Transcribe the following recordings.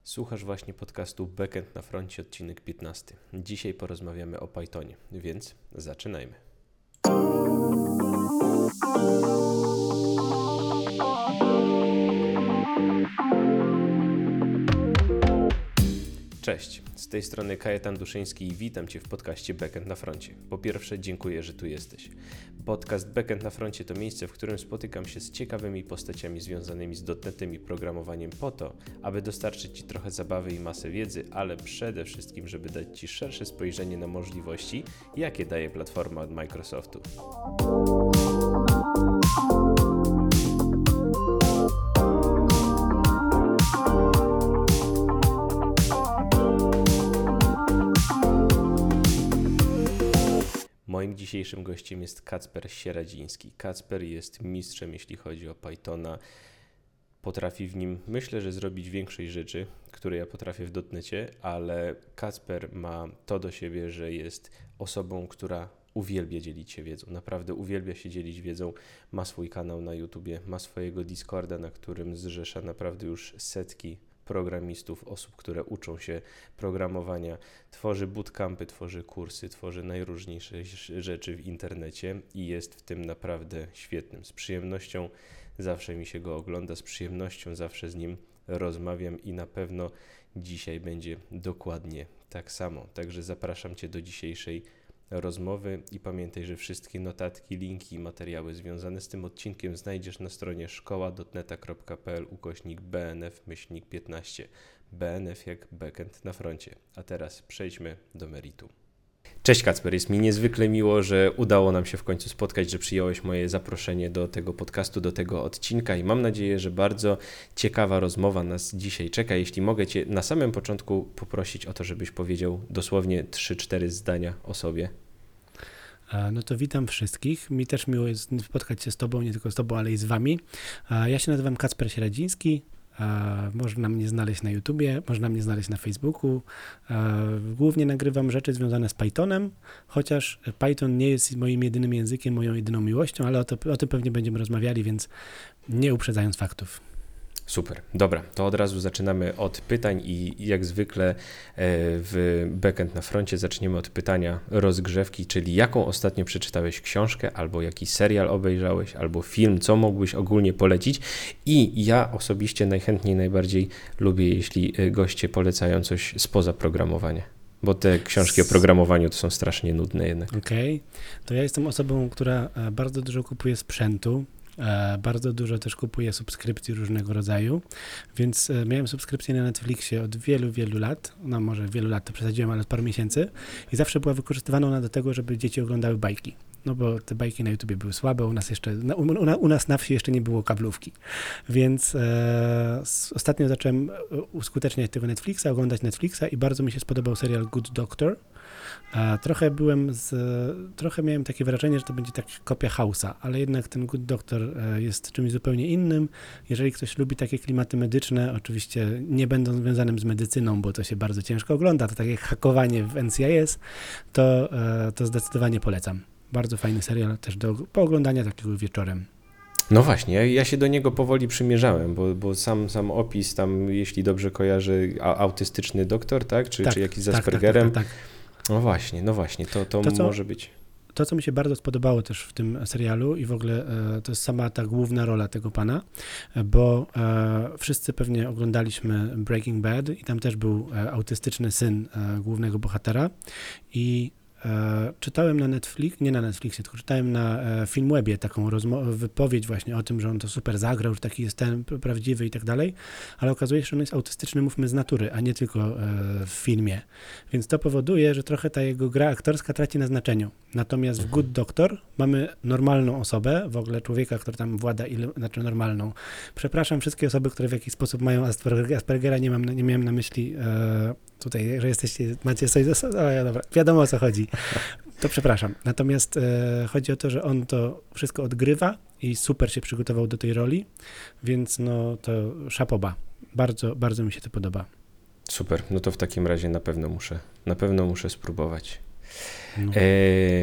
Słuchasz właśnie podcastu Backend na froncie, odcinek 15. Dzisiaj porozmawiamy o Pythonie, więc zaczynajmy. Cześć, z tej strony Kajetan Duszyński i witam Cię w podcaście Backend na froncie. Po pierwsze, dziękuję, że tu jesteś. Podcast Backend na froncie to miejsce, w którym spotykam się z ciekawymi postaciami związanymi z .NET-em i programowaniem po to, aby dostarczyć Ci trochę zabawy i masę wiedzy, ale przede wszystkim, żeby dać Ci szersze spojrzenie na możliwości, jakie daje platforma od Microsoftu. Moim dzisiejszym gościem jest Kacper Sieradziński. Kacper jest mistrzem, jeśli chodzi o Pythona. Potrafi w nim, myślę, że zrobić większość rzeczy, które ja potrafię w .NETie, ale Kacper ma to do siebie, że jest osobą, która uwielbia dzielić się wiedzą. Naprawdę uwielbia się dzielić wiedzą. Ma swój kanał na YouTubie, ma swojego Discorda, na którym zrzesza naprawdę już setki programistów, osób, które uczą się programowania, tworzy bootcampy, tworzy kursy, tworzy najróżniejsze rzeczy w internecie i jest w tym naprawdę świetnym. Z przyjemnością zawsze mi się go ogląda, z przyjemnością zawsze z nim rozmawiam i na pewno dzisiaj będzie dokładnie tak samo. Także zapraszam Cię do dzisiejszej rozmowy i pamiętaj, że wszystkie notatki, linki i materiały związane z tym odcinkiem znajdziesz na stronie szkoła.neta.pl/BNF-15. BNF jak backend na froncie. A teraz przejdźmy do meritum. Cześć Kacper, jest mi niezwykle miło, że udało nam się w końcu spotkać, że przyjąłeś moje zaproszenie do tego podcastu, do tego odcinka i mam nadzieję, że bardzo ciekawa rozmowa nas dzisiaj czeka. Jeśli mogę Cię na samym początku poprosić o to, żebyś powiedział dosłownie 3-4 zdania o sobie. No to witam wszystkich. Mi też miło jest spotkać się z Tobą, nie tylko z Tobą, ale i z Wami. Ja się nazywam Kacper Sieradziński. Można mnie znaleźć na YouTubie, można mnie znaleźć na Facebooku. Głównie nagrywam rzeczy związane z Pythonem, chociaż Python nie jest moim jedynym językiem, moją jedyną miłością, ale o tym pewnie będziemy rozmawiali, więc nie uprzedzając faktów. Super, dobra, to od razu zaczynamy od pytań i jak zwykle w Backend na froncie zaczniemy od pytania rozgrzewki, czyli jaką ostatnio przeczytałeś książkę, albo jaki serial obejrzałeś, albo film, co mógłbyś ogólnie polecić. I ja osobiście najchętniej, najbardziej lubię, jeśli goście polecają coś spoza programowania, bo te książki o programowaniu to są strasznie nudne jednak. Okej. To ja jestem osobą, która bardzo dużo kupuje sprzętu. Bardzo dużo też kupuję subskrypcji różnego rodzaju, więc miałem subskrypcję na Netflixie od wielu, wielu lat, no może wielu lat to przesadziłem, ale od paru miesięcy i zawsze była wykorzystywana ona do tego, żeby dzieci oglądały bajki, no bo te bajki na YouTubie były słabe, u nas jeszcze, u nas na wsi jeszcze nie było kablówki, więc ostatnio zacząłem uskuteczniać tego Netflixa, oglądać Netflixa i bardzo mi się spodobał serial Good Doctor. Trochę miałem takie wrażenie, że to będzie tak kopia House'a, ale jednak ten Good Doctor jest czymś zupełnie innym. Jeżeli ktoś lubi takie klimaty medyczne, oczywiście nie będą związanym z medycyną, bo to się bardzo ciężko ogląda, to tak jak hakowanie w NCIS, to zdecydowanie polecam. Bardzo fajny serial też do pooglądania takiego wieczorem. No właśnie, ja się do niego powoli przymierzałem, bo sam opis tam, jeśli dobrze kojarzę, autystyczny doktor, tak? Czy jakiś z Aspergerem? Tak. No właśnie, to może być. To, co mi się bardzo spodobało też w tym serialu i w ogóle to jest sama ta główna rola tego pana, bo wszyscy pewnie oglądaliśmy Breaking Bad i tam też był autystyczny syn głównego bohatera i czytałem nie na Netflixie, tylko czytałem na Filmwebie taką wypowiedź właśnie o tym, że on to super zagrał, że taki jest ten prawdziwy i tak dalej, ale okazuje się, że on jest autystyczny, mówmy z natury, a nie tylko w filmie. Więc to powoduje, że trochę ta jego gra aktorska traci na znaczeniu. Natomiast w Good Doctor mamy normalną osobę, w ogóle człowieka, który tam włada, normalną. Przepraszam wszystkie osoby, które w jakiś sposób mają Aspergera, nie miałem na myśli tutaj, że macie coś dobra, wiadomo o co chodzi, to przepraszam. Natomiast chodzi o to, że on to wszystko odgrywa i super się przygotował do tej roli, więc no to szapoba. Bardzo, bardzo mi się to podoba. Super, no to w takim razie na pewno muszę spróbować. No.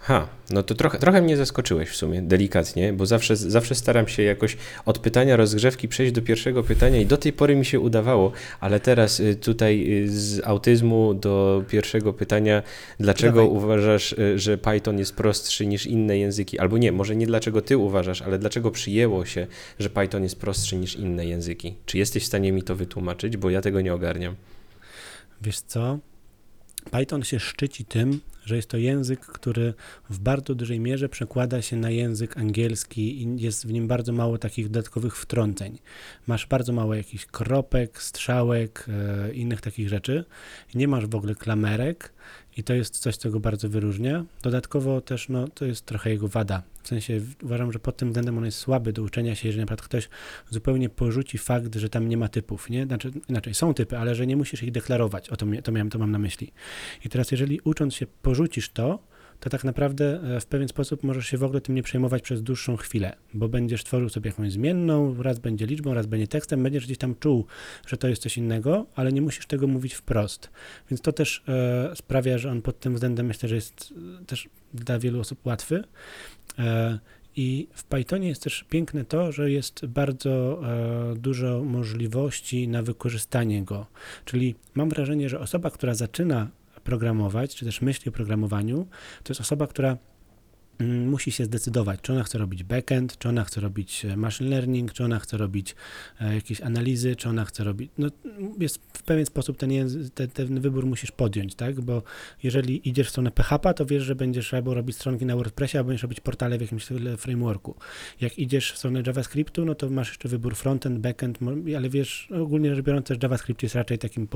No to trochę mnie zaskoczyłeś w sumie, delikatnie, bo zawsze staram się jakoś od pytania rozgrzewki przejść do pierwszego pytania i do tej pory mi się udawało, ale teraz tutaj z autyzmu do pierwszego pytania, dlaczego Dawaj. uważasz, że Python jest prostszy niż inne języki? Albo nie, może nie dlaczego ty uważasz, ale dlaczego przyjęło się, że Python jest prostszy niż inne języki? Czy jesteś w stanie mi to wytłumaczyć, bo ja tego nie ogarniam. Wiesz co? Python się szczyci tym, że jest to język, który w bardzo dużej mierze przekłada się na język angielski i jest w nim bardzo mało takich dodatkowych wtrąceń. Masz bardzo mało jakichś kropek, strzałek, innych takich rzeczy. Nie masz w ogóle klamerek i to jest coś, co go bardzo wyróżnia. Dodatkowo też, no, to jest trochę jego wada. W sensie uważam, że pod tym względem on jest słaby do uczenia się, jeżeli na przykład ktoś zupełnie porzuci fakt, że tam nie ma typów, nie? Znaczy, inaczej, są typy, ale że nie musisz ich deklarować. To mam na myśli. I teraz, jeżeli ucząc się porzucisz to tak naprawdę w pewien sposób możesz się w ogóle tym nie przejmować przez dłuższą chwilę, bo będziesz tworzył sobie jakąś zmienną, raz będzie liczbą, raz będzie tekstem, będziesz gdzieś tam czuł, że to jest coś innego, ale nie musisz tego mówić wprost. Więc to też sprawia, że on pod tym względem myślę, że jest też dla wielu osób łatwy. I w Pythonie jest też piękne to, że jest bardzo dużo możliwości na wykorzystanie go. Czyli mam wrażenie, że osoba, która zaczyna programować, czy też myśli o programowaniu, to jest osoba, która musi się zdecydować, czy ona chce robić backend, czy ona chce robić machine learning, czy ona chce robić jakieś analizy, czy ona chce robić, no jest w pewien sposób ten wybór musisz podjąć, tak, bo jeżeli idziesz w stronę PHP, to wiesz, że będziesz albo robić stronki na WordPressie, albo będziesz robić portale w jakimś frameworku. Jak idziesz w stronę JavaScriptu, no to masz jeszcze wybór frontend, backend, ale wiesz, ogólnie rzecz biorąc też JavaScript jest raczej takim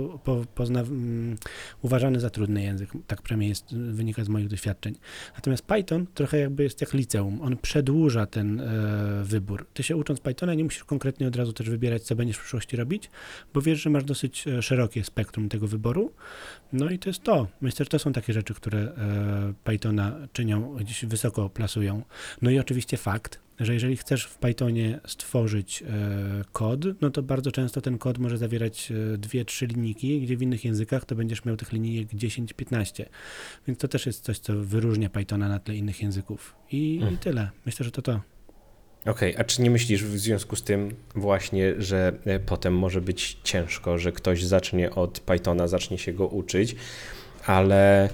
uważany za trudny język, tak przynajmniej wynika z moich doświadczeń. Natomiast Python trochę jakby jest jak liceum, on przedłuża ten wybór. Ty się ucząc Pythona nie musisz konkretnie od razu też wybierać, co będziesz w przyszłości robić, bo wiesz, że masz dosyć szerokie spektrum tego wyboru. No i to jest to. Myślę, że to są takie rzeczy, które Pythona czynią, gdzieś wysoko plasują. No i oczywiście fakt, że jeżeli chcesz w Pythonie stworzyć kod, no to bardzo często ten kod może zawierać 2-3 linijki, gdzie w innych językach to będziesz miał tych linijek 10-15. Więc to też jest coś, co wyróżnia Pythona na tle innych języków. I tyle. Myślę, że to. Okej, a czy nie myślisz w związku z tym właśnie, że potem może być ciężko, że ktoś zacznie od Pythona, zacznie się go uczyć, ale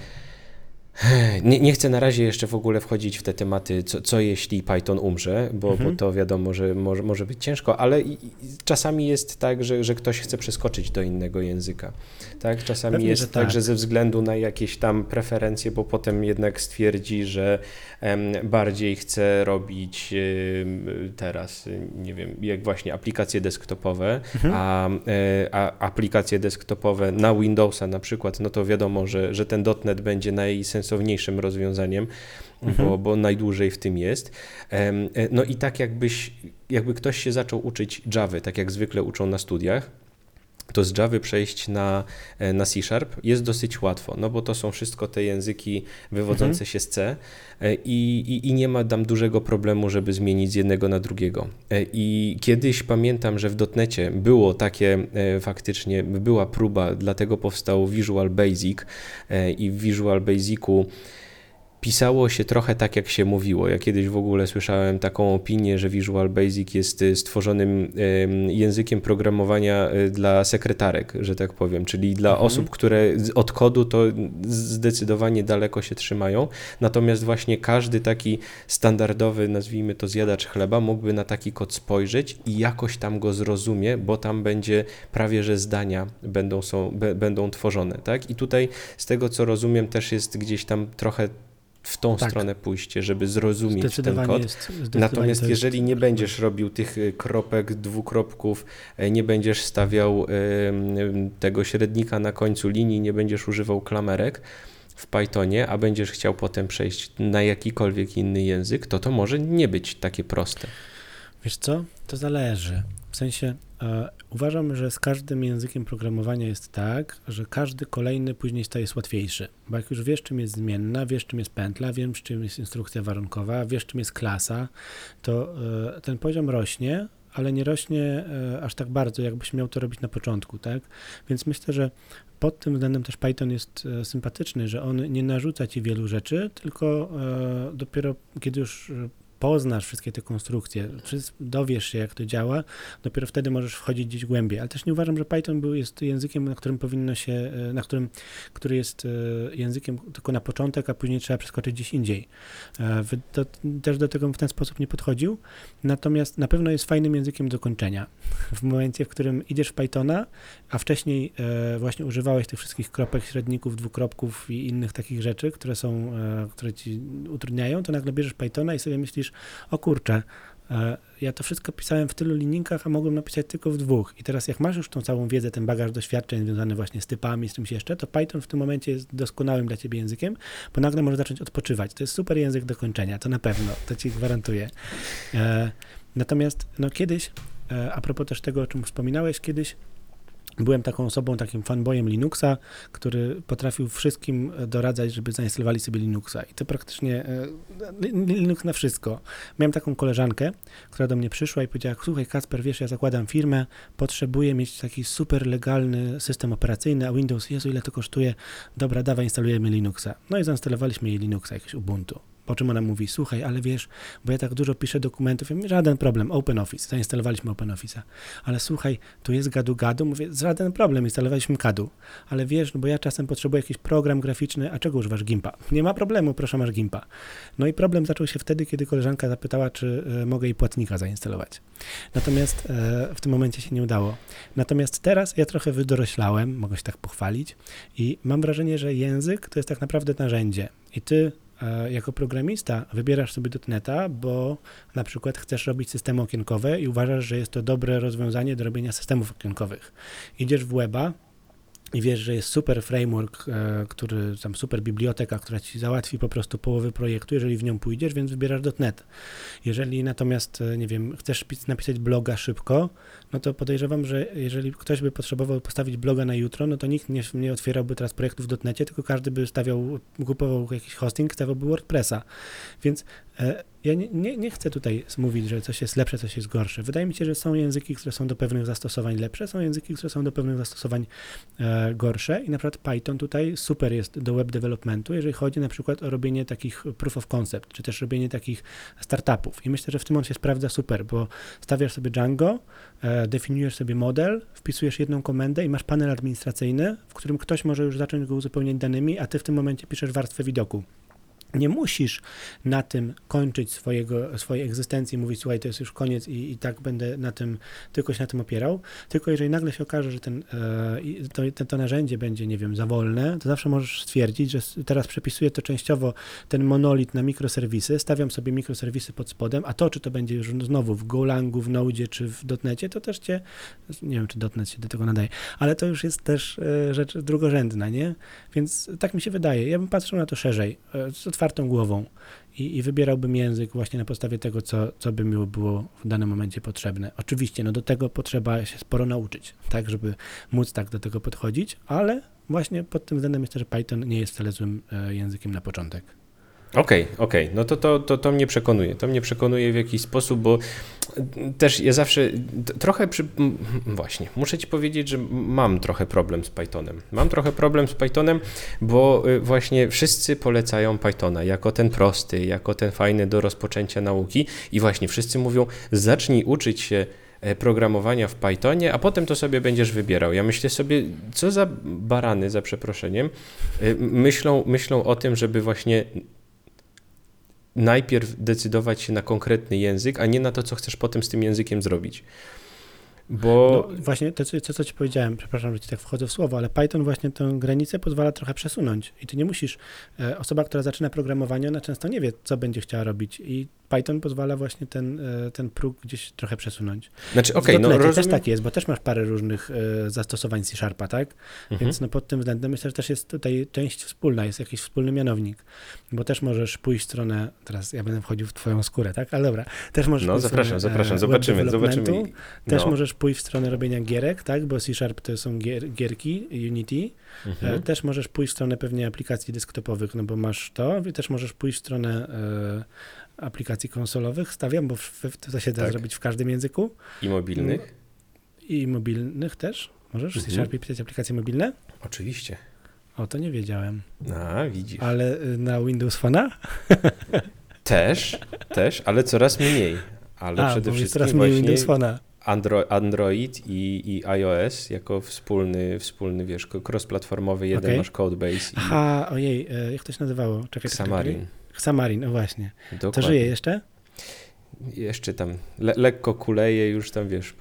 nie chcę na razie jeszcze w ogóle wchodzić w te tematy, co jeśli Python umrze, bo to wiadomo, że może być ciężko, ale czasami jest tak, że ktoś chce przeskoczyć do innego języka. Tak? Czasami Pewnie, jest że tak, tak, że ze względu na jakieś tam preferencje, bo potem jednak stwierdzi, że bardziej chce robić teraz, nie wiem, jak właśnie aplikacje desktopowe, a aplikacje desktopowe na Windowsa na przykład, no to wiadomo, że ten .NET będzie najsensowniejszym rozwiązaniem, bo najdłużej w tym jest. No i tak jakby ktoś się zaczął uczyć Javy, tak jak zwykle uczą na studiach, to z Javy przejść na C# jest dosyć łatwo, no bo to są wszystko te języki wywodzące się z C i nie ma tam dużego problemu, żeby zmienić z jednego na drugiego. I kiedyś pamiętam, że w .NETcie było takie faktycznie, była próba, dlatego powstał Visual Basic i w Visual Basicu pisało się trochę tak, jak się mówiło. Ja kiedyś w ogóle słyszałem taką opinię, że Visual Basic jest stworzonym językiem programowania dla sekretarek, że tak powiem, czyli dla osób, które od kodu to zdecydowanie daleko się trzymają. Natomiast właśnie każdy taki standardowy, nazwijmy to zjadacz chleba, mógłby na taki kod spojrzeć i jakoś tam go zrozumie, bo tam będzie prawie, że zdania będą tworzone. Tak? I tutaj z tego, co rozumiem, też jest gdzieś tam trochę w tą stronę pójście, żeby zrozumieć ten kod. Natomiast jeżeli nie będziesz robił tych kropek, dwukropków, nie będziesz stawiał tego średnika na końcu linii, nie będziesz używał klamerek w Pythonie, a będziesz chciał potem przejść na jakikolwiek inny język, to może nie być takie proste. Wiesz co? To zależy. W sensie uważam, że z każdym językiem programowania jest tak, że każdy kolejny później staje się łatwiejszy, bo jak już wiesz, czym jest zmienna, wiesz, czym jest pętla, wiesz, czym jest instrukcja warunkowa, wiesz, czym jest klasa, to ten poziom rośnie, ale nie rośnie aż tak bardzo, jakbyś miał to robić na początku, tak? Więc myślę, że pod tym względem też Python jest sympatyczny, że on nie narzuca ci wielu rzeczy, tylko dopiero kiedy już poznasz wszystkie te konstrukcje, dowiesz się, jak to działa, dopiero wtedy możesz wchodzić gdzieś głębiej. Ale też nie uważam, że Python jest językiem, na którym powinno się, który jest językiem tylko na początek, a później trzeba przeskoczyć gdzieś indziej. Też do tego w ten sposób nie podchodził, natomiast na pewno jest fajnym językiem do kończenia. W momencie, w którym idziesz w Pythona, a wcześniej właśnie używałeś tych wszystkich kropek, średników, dwukropków i innych takich rzeczy, które ci utrudniają, to nagle bierzesz Pythona i sobie myślisz, o kurczę, ja to wszystko pisałem w tylu linijkach, a mogłem napisać tylko w 2. I teraz jak masz już tą całą wiedzę, ten bagaż doświadczeń związany właśnie z typami, z czymś jeszcze, to Python w tym momencie jest doskonałym dla ciebie językiem, bo nagle możesz zacząć odpoczywać. To jest super język do kończenia, to na pewno, to ci gwarantuję. Natomiast kiedyś, a propos też tego, o czym wspominałeś, kiedyś byłem taką osobą, takim fanboyem Linuxa, który potrafił wszystkim doradzać, żeby zainstalowali sobie Linuxa. I to praktycznie Linux na wszystko. Miałem taką koleżankę, która do mnie przyszła i powiedziała, słuchaj Kacper, wiesz, ja zakładam firmę, potrzebuję mieć taki super legalny system operacyjny, a Windows, Jezu, ile to kosztuje? Dobra, dawaj, instalujemy Linuxa. No i zainstalowaliśmy jej Linuxa, jakieś Ubuntu. Po czym ona mówi, słuchaj, ale wiesz, bo ja tak dużo piszę dokumentów, ja mówię, żaden problem, OpenOffice, zainstalowaliśmy OpenOffice'a, ale słuchaj, tu jest gadu-gadu, mówię, żaden problem, instalowaliśmy CAD-u, ale wiesz, bo ja czasem potrzebuję jakiś program graficzny, a czego używasz? Gimpa? Nie ma problemu, proszę, masz Gimpa. No i problem zaczął się wtedy, kiedy koleżanka zapytała, czy mogę jej płatnika zainstalować. Natomiast w tym momencie się nie udało. Natomiast teraz ja trochę wydoroślałem, mogę się tak pochwalić i mam wrażenie, że język to jest tak naprawdę narzędzie i ty jako programista wybierasz sobie .NETA, bo na przykład chcesz robić systemy okienkowe i uważasz, że jest to dobre rozwiązanie do robienia systemów okienkowych. Idziesz w weba i wiesz, że jest super framework, super biblioteka, która ci załatwi po prostu połowę projektu, jeżeli w nią pójdziesz, więc wybierasz .NET. Jeżeli natomiast, nie wiem, chcesz napisać bloga szybko, no to podejrzewam, że jeżeli ktoś by potrzebował postawić bloga na jutro, no to nikt nie otwierałby teraz projektów w .NETie, tylko każdy by kupował jakiś hosting, stawiałby WordPressa. Więc ja nie chcę tutaj mówić, że coś jest lepsze, coś jest gorsze. Wydaje mi się, że są języki, które są do pewnych zastosowań lepsze, są języki, które są do pewnych zastosowań gorsze i na przykład Python tutaj super jest do web developmentu, jeżeli chodzi na przykład o robienie takich proof of concept, czy też robienie takich startupów. I myślę, że w tym on się sprawdza super, bo stawiasz sobie Django, definiujesz sobie model, wpisujesz jedną komendę i masz panel administracyjny, w którym ktoś może już zacząć go uzupełniać danymi, a ty w tym momencie piszesz warstwę widoku. Nie musisz na tym kończyć swojej egzystencji, mówić, słuchaj, to jest już koniec i tak będę tylko się na tym opierał, tylko jeżeli nagle się okaże, że to narzędzie będzie, nie wiem, za wolne, to zawsze możesz stwierdzić, że teraz przepisuję to częściowo ten monolit na mikroserwisy, stawiam sobie mikroserwisy pod spodem, a to, czy to będzie już znowu w Golangu, w Node czy w .NETie, to też nie wiem, czy .NET się do tego nadaje, ale to już jest też rzecz drugorzędna, nie? Więc tak mi się wydaje. Ja bym patrzył na to szerzej, z otwartą głową i wybierałbym język właśnie na podstawie tego, co by mi było w danym momencie potrzebne. Oczywiście, do tego potrzeba się sporo nauczyć, tak, żeby móc tak do tego podchodzić, ale właśnie pod tym względem myślę, że Python nie jest wcale złym językiem na początek. Okej. No to mnie przekonuje. To mnie przekonuje w jakiś sposób, bo też ja zawsze trochę właśnie, muszę ci powiedzieć, że mam trochę problem z Pythonem. Bo właśnie wszyscy polecają Pythona jako ten prosty, jako ten fajny do rozpoczęcia nauki i właśnie wszyscy mówią, zacznij uczyć się programowania w Pythonie, a potem to sobie będziesz wybierał. Ja myślę sobie, co za barany, za przeproszeniem, myślą o tym, żeby właśnie najpierw decydować się na konkretny język, a nie na to, co chcesz potem z tym językiem zrobić. Bo właśnie to, co ci powiedziałem, przepraszam, że ci tak wchodzę w słowo, ale Python właśnie tę granicę pozwala trochę przesunąć i ty nie musisz, osoba, która zaczyna programowanie, ona często nie wie, co będzie chciała robić i Python pozwala właśnie ten próg gdzieś trochę przesunąć. Znaczy, rozumiem. Też tak jest, bo też masz parę różnych zastosowań C#, tak? Więc pod tym względem myślę, że też jest tutaj część wspólna, jest jakiś wspólny mianownik, bo też możesz pójść w stronę, teraz ja będę wchodził w twoją skórę, tak? Ale dobra, też możesz pójść zapraszam, zobaczymy. Też możesz pójść w stronę robienia gierek, tak? Bo C# to są gierki, Unity. Też możesz pójść w stronę pewnie aplikacji desktopowych, bo masz to. Też możesz pójść w stronę aplikacji konsolowych stawiam, bo to się da zrobić w każdym języku. I mobilnych? I mobilnych też. Możesz w C# pisać aplikacje mobilne? Oczywiście. O, to nie wiedziałem. A, widzisz. Ale na Windows Phone'a? Też, ale coraz mniej. Ale przede wszystkim coraz mniej właśnie Windows Phone'a. Android i iOS jako wspólny wiesz, cross-platformowy, jeden masz codebase. Aha, ojej, jak to się nazywało? Czekaj, Xamarin. Xamarin, no właśnie. Dokładnie. To żyje jeszcze? Jeszcze tam lekko kuleje, już tam wiesz,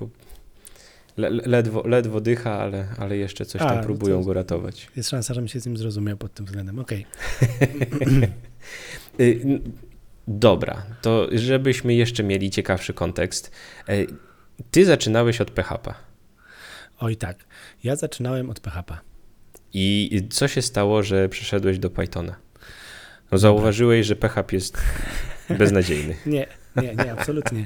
ledwo dycha, ale jeszcze coś tam próbują go ratować. Jest szansa, żebym się z nim zrozumiał pod tym względem, okej. Dobra, to żebyśmy jeszcze mieli ciekawszy kontekst. Ty zaczynałeś od PHP. Oj tak, ja zaczynałem od PHP. I co się stało, że przeszedłeś do Pythona? No zauważyłeś, że PHP jest beznadziejny. Nie, absolutnie.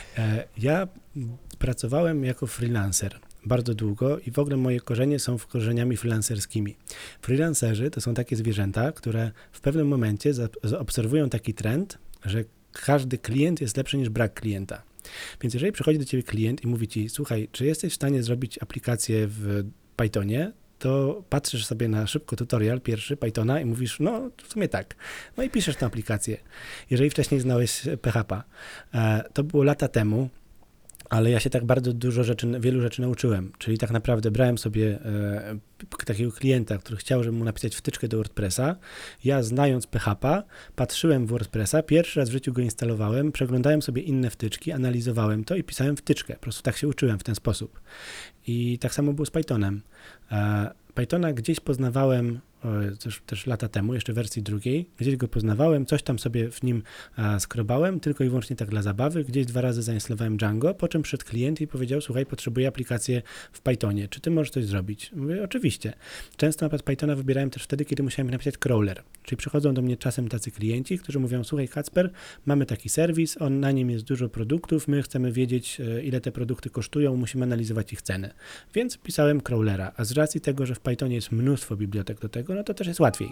Ja pracowałem jako freelancer bardzo długo i w ogóle moje korzenie są korzeniami freelancerskimi. Freelancerzy to są takie zwierzęta, które w pewnym momencie zaobserwują taki trend, że każdy klient jest lepszy niż brak klienta. Więc jeżeli przychodzi do ciebie klient i mówi ci, słuchaj, czy jesteś w stanie zrobić aplikację w Pythonie, to patrzysz sobie na szybko tutorial pierwszy Pythona i mówisz, no w sumie tak. No i piszesz tę aplikację. Jeżeli wcześniej znałeś PHP. To było lata temu, ale ja się tak bardzo wielu rzeczy nauczyłem. Czyli tak naprawdę brałem sobie takiego klienta, który chciał, żeby mu napisać wtyczkę do WordPressa. Ja, znając PHP, patrzyłem w WordPressa, pierwszy raz w życiu go instalowałem, przeglądałem sobie inne wtyczki, analizowałem to i pisałem wtyczkę. Po prostu tak się uczyłem w ten sposób. I tak samo było z Pythonem. Pythona gdzieś poznawałem też lata temu, jeszcze w wersji drugiej, gdzieś go poznawałem, coś tam sobie w nim skrobałem, tylko i wyłącznie tak dla zabawy, gdzieś 2 razy zainstalowałem Django, po czym przyszedł klient i powiedział, słuchaj, potrzebuję aplikację w Pythonie, czy ty możesz coś zrobić? Mówię, oczywiście. Często na przykład Pythona wybierałem też wtedy, kiedy musiałem napisać crawler, czyli przychodzą do mnie czasem tacy klienci, którzy mówią, słuchaj Kacper, mamy taki serwis, na nim jest dużo produktów, my chcemy wiedzieć, ile te produkty kosztują, musimy analizować ich ceny. Więc pisałem crawlera, a z racji tego, że w Pythonie jest mnóstwo bibliotek do tego, no to też jest łatwiej.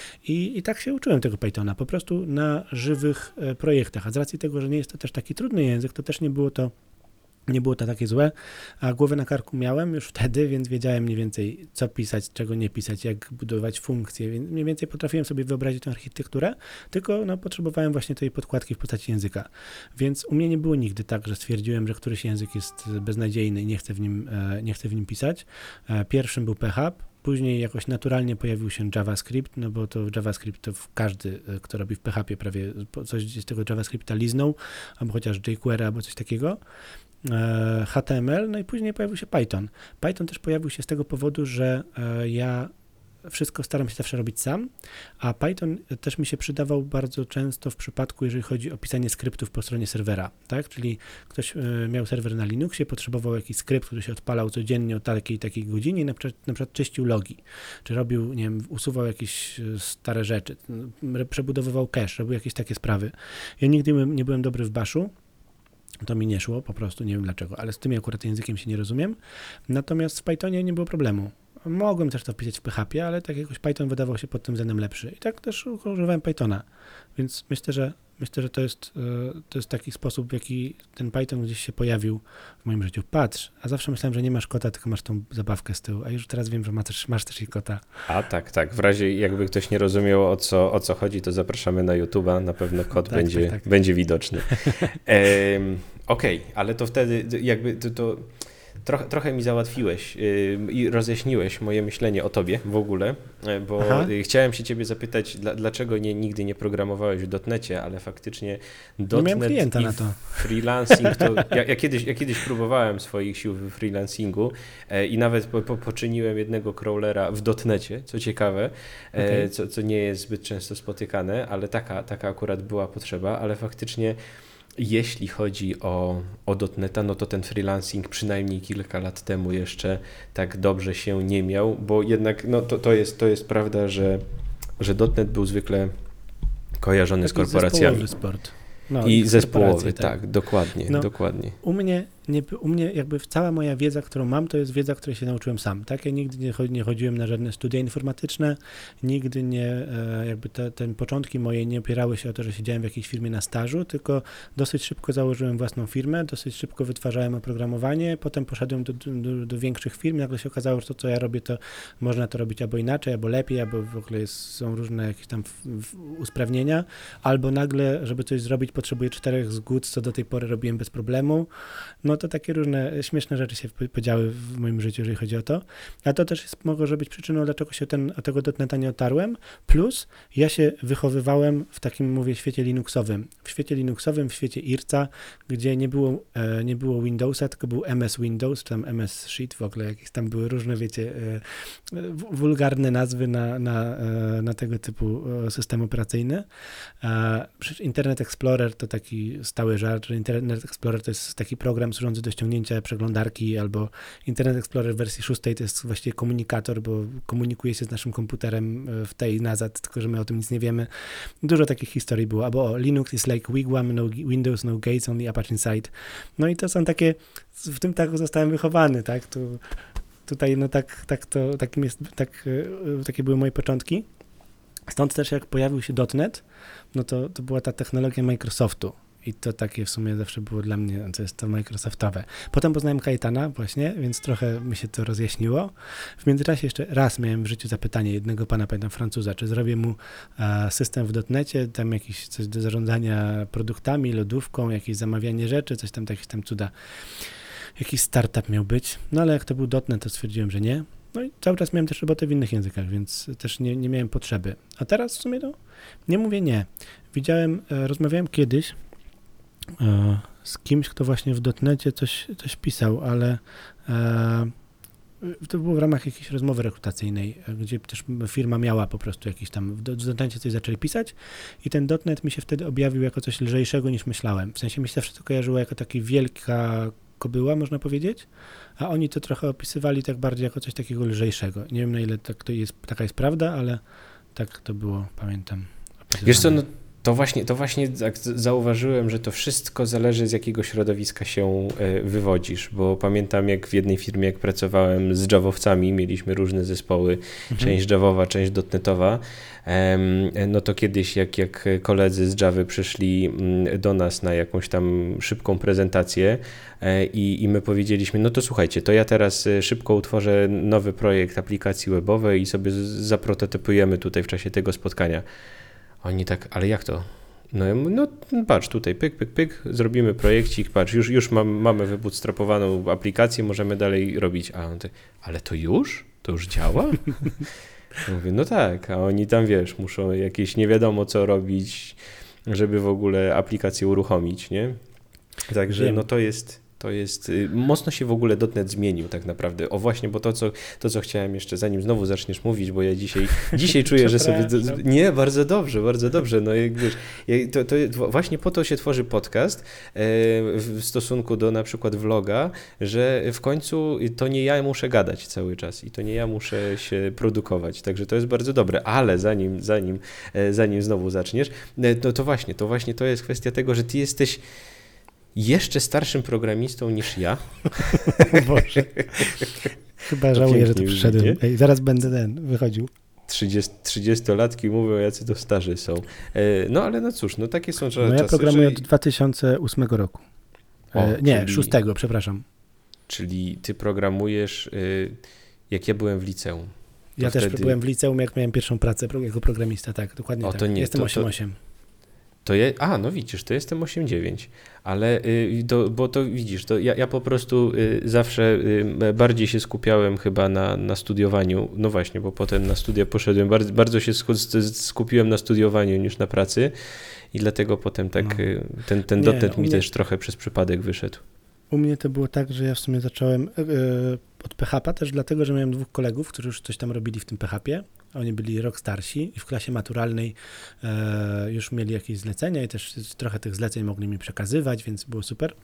I tak się uczyłem tego Pythona, po prostu na żywych projektach, a z racji tego, że nie jest to też taki trudny język, to też nie było to takie złe, a głowę na karku miałem już wtedy, więc wiedziałem mniej więcej, co pisać, czego nie pisać, jak budować funkcje, więc mniej więcej potrafiłem sobie wyobrazić tę architekturę, tylko potrzebowałem właśnie tej podkładki w postaci języka. Więc u mnie nie było nigdy tak, że stwierdziłem, że któryś język jest beznadziejny i nie chcę w nim pisać. Pierwszym był PHP, później jakoś naturalnie pojawił się JavaScript, no bo to JavaScript to każdy, kto robi w PHP prawie coś z tego JavaScripta liznął, albo chociaż jQuery, albo coś takiego. HTML, no i później pojawił się Python. Python też pojawił się z tego powodu, że ja wszystko staram się zawsze robić sam, a Python też mi się przydawał bardzo często w przypadku, jeżeli chodzi o pisanie skryptów po stronie serwera, tak? Czyli ktoś miał serwer na Linuxie, potrzebował jakiś skrypt, który się odpalał codziennie o takiej godzinie i na przykład czyścił logi, czy robił, nie wiem, usuwał jakieś stare rzeczy, przebudowywał cache, robił jakieś takie sprawy. Ja nigdy nie byłem dobry w bashu, to mi nie szło, po prostu nie wiem dlaczego, ale z tym akurat językiem się nie rozumiem. Natomiast w Pythonie nie było problemu. Mogłem też to wpisać w PHP, ale tak jakoś Python wydawał się pod tym względem lepszy. I tak też używałem Pythona. Więc myślę, że to jest taki sposób, w jaki ten Python gdzieś się pojawił w moim życiu. Patrz, a zawsze myślałem, że nie masz kota, tylko masz tą zabawkę z tyłu, a już teraz wiem, że masz też i kota. A tak. W razie jakby ktoś nie rozumiał o co chodzi, to zapraszamy na YouTube'a, na pewno kot tak. będzie widoczny. Okej, ale to wtedy jakby to trochę mi załatwiłeś i rozjaśniłeś moje myślenie o tobie w ogóle, bo chciałem się ciebie zapytać, dlaczego nigdy nie programowałeś w .NETcie, ale faktycznie .NET i na to. freelancing, to ja kiedyś próbowałem swoich sił w freelancingu i nawet poczyniłem jednego crawlera w .NETcie, co ciekawe, co nie jest zbyt często spotykane, ale taka akurat była potrzeba, ale faktycznie jeśli chodzi o .NETA, no to ten freelancing przynajmniej kilka lat temu jeszcze tak dobrze się nie miał, bo jednak no to jest prawda, że .NET był zwykle kojarzony z korporacjami. Zespołowy sport. I zespołowy, tak, dokładnie. U mnie u mnie jakby cała moja wiedza, którą mam, to jest wiedza, której się nauczyłem sam, tak? Ja nigdy nie chodziłem na żadne studia informatyczne, nigdy nie, jakby te początki moje nie opierały się o to, że siedziałem w jakiejś firmie na stażu, tylko dosyć szybko założyłem własną firmę, dosyć szybko wytwarzałem oprogramowanie, potem poszedłem do większych firm, nagle się okazało, że to, co ja robię, to można to robić albo inaczej, albo lepiej, albo w ogóle są różne jakieś tam usprawnienia, albo nagle, żeby coś zrobić, potrzebuję 4 zgód, co do tej pory robiłem bez problemu. No to takie różne śmieszne rzeczy się podziały w moim życiu, jeżeli chodzi o to. A to też może być przyczyną, dlaczego się od tego .NETA nie otarłem. Plus ja się wychowywałem w takim, mówię, świecie Linuxowym. W świecie Linuxowym, w świecie IRCA, gdzie nie było Windowsa, tylko był MS Windows, czy tam MS Sheet w ogóle, jakieś tam były różne, wiecie, wulgarne nazwy na tego typu system operacyjny. Przecież Internet Explorer to taki stały żart, że Internet Explorer to jest taki program służący do ściągnięcia przeglądarki, albo Internet Explorer w wersji 6 to jest właściwie komunikator, bo komunikuje się z naszym komputerem w tej nazad, tylko że my o tym nic nie wiemy. Dużo takich historii było, albo Linux is like Wigwam, no Windows, no gates, only Apache inside. No i to są takie, w tym tak zostałem wychowany, tak? Tutaj no takie były moje początki. Stąd też jak pojawił się .NET, no to była ta technologia Microsoftu. I to takie w sumie zawsze było dla mnie, co jest to Microsoftowe. Potem poznałem Cayetana właśnie, więc trochę mi się to rozjaśniło. W międzyczasie jeszcze raz miałem w życiu zapytanie jednego pana, pamiętam Francuza, czy zrobię mu system w .NETie, tam jakieś coś do zarządzania produktami, lodówką, jakieś zamawianie rzeczy, coś tam, jakieś tam cuda. Jakiś startup miał być, no ale jak to był .NET, to stwierdziłem, że nie. No i cały czas miałem też robotę w innych językach, więc też nie miałem potrzeby. A teraz w sumie to nie mówię nie. Rozmawiałem kiedyś z kimś, kto właśnie w .NETie coś pisał, ale to było w ramach jakiejś rozmowy rekrutacyjnej, gdzie też firma miała po prostu jakiś tam, w .NETie coś zaczęli pisać i ten .NET mi się wtedy objawił jako coś lżejszego niż myślałem. W sensie mi się zawsze to kojarzyło jako taka wielka kobyła, można powiedzieć, a oni to trochę opisywali tak bardziej jako coś takiego lżejszego. Nie wiem, na ile taka jest prawda, ale tak to było, pamiętam. Wiesz co, no to właśnie tak zauważyłem, że to wszystko zależy, z jakiego środowiska się wywodzisz, bo pamiętam, jak w jednej firmie, jak pracowałem z Javowcami, mieliśmy różne zespoły, część Javowa, część .NETowa, no to kiedyś jak koledzy z Javy przyszli do nas na jakąś tam szybką prezentację i my powiedzieliśmy, no to słuchajcie, to ja teraz szybko utworzę nowy projekt aplikacji webowej i sobie zaprototypujemy tutaj w czasie tego spotkania. Oni tak, ale jak to? No patrz, tutaj pyk, pyk, pyk, zrobimy projekcik, patrz, już mamy wybootstrapowaną aplikację, możemy dalej robić. A on tak, ale to już? To już działa? Mówię, no tak, a oni tam, wiesz, muszą jakieś nie wiadomo co robić, żeby w ogóle aplikację uruchomić, nie? Także no to jest, mocno się w ogóle .NET zmienił tak naprawdę. O właśnie, bo to co chciałem jeszcze, zanim znowu zaczniesz mówić, bo ja dzisiaj czuję, że sobie... Nie, bardzo dobrze. No jak wiesz, właśnie po to się tworzy podcast w stosunku do na przykład vloga, że w końcu to nie ja muszę gadać cały czas i to nie ja muszę się produkować. Także to jest bardzo dobre, ale zanim znowu zaczniesz, to właśnie to jest kwestia tego, że ty jesteś jeszcze starszym programistą niż ja. O Boże. Chyba żałuję, że tu przyszedłem. Ej, zaraz będę wychodził. 30-latki mówią, jacy to starzy są. No ale no cóż, no takie są czasy. No ja programuję od 2008 roku. Nie, 6, przepraszam. Czyli ty programujesz, jak ja byłem w liceum. Ja też byłem w liceum, jak miałem pierwszą pracę jako programista, tak, dokładnie tak. To nie, jestem 8.8. No widzisz, to jestem 8.9, ale bo to widzisz, to ja po prostu zawsze bardziej się skupiałem chyba na studiowaniu, no właśnie, bo potem na studia poszedłem, bardzo się skupiłem na studiowaniu niż na pracy i dlatego potem tak ten .NET mi też trochę przez przypadek wyszedł. U mnie to było tak, że ja w sumie zacząłem od PHP też dlatego, że miałem 2 kolegów, którzy już coś tam robili w tym PHP. Oni byli rok starsi i w klasie maturalnej już mieli jakieś zlecenia i też trochę tych zleceń mogli mi przekazywać, więc było super.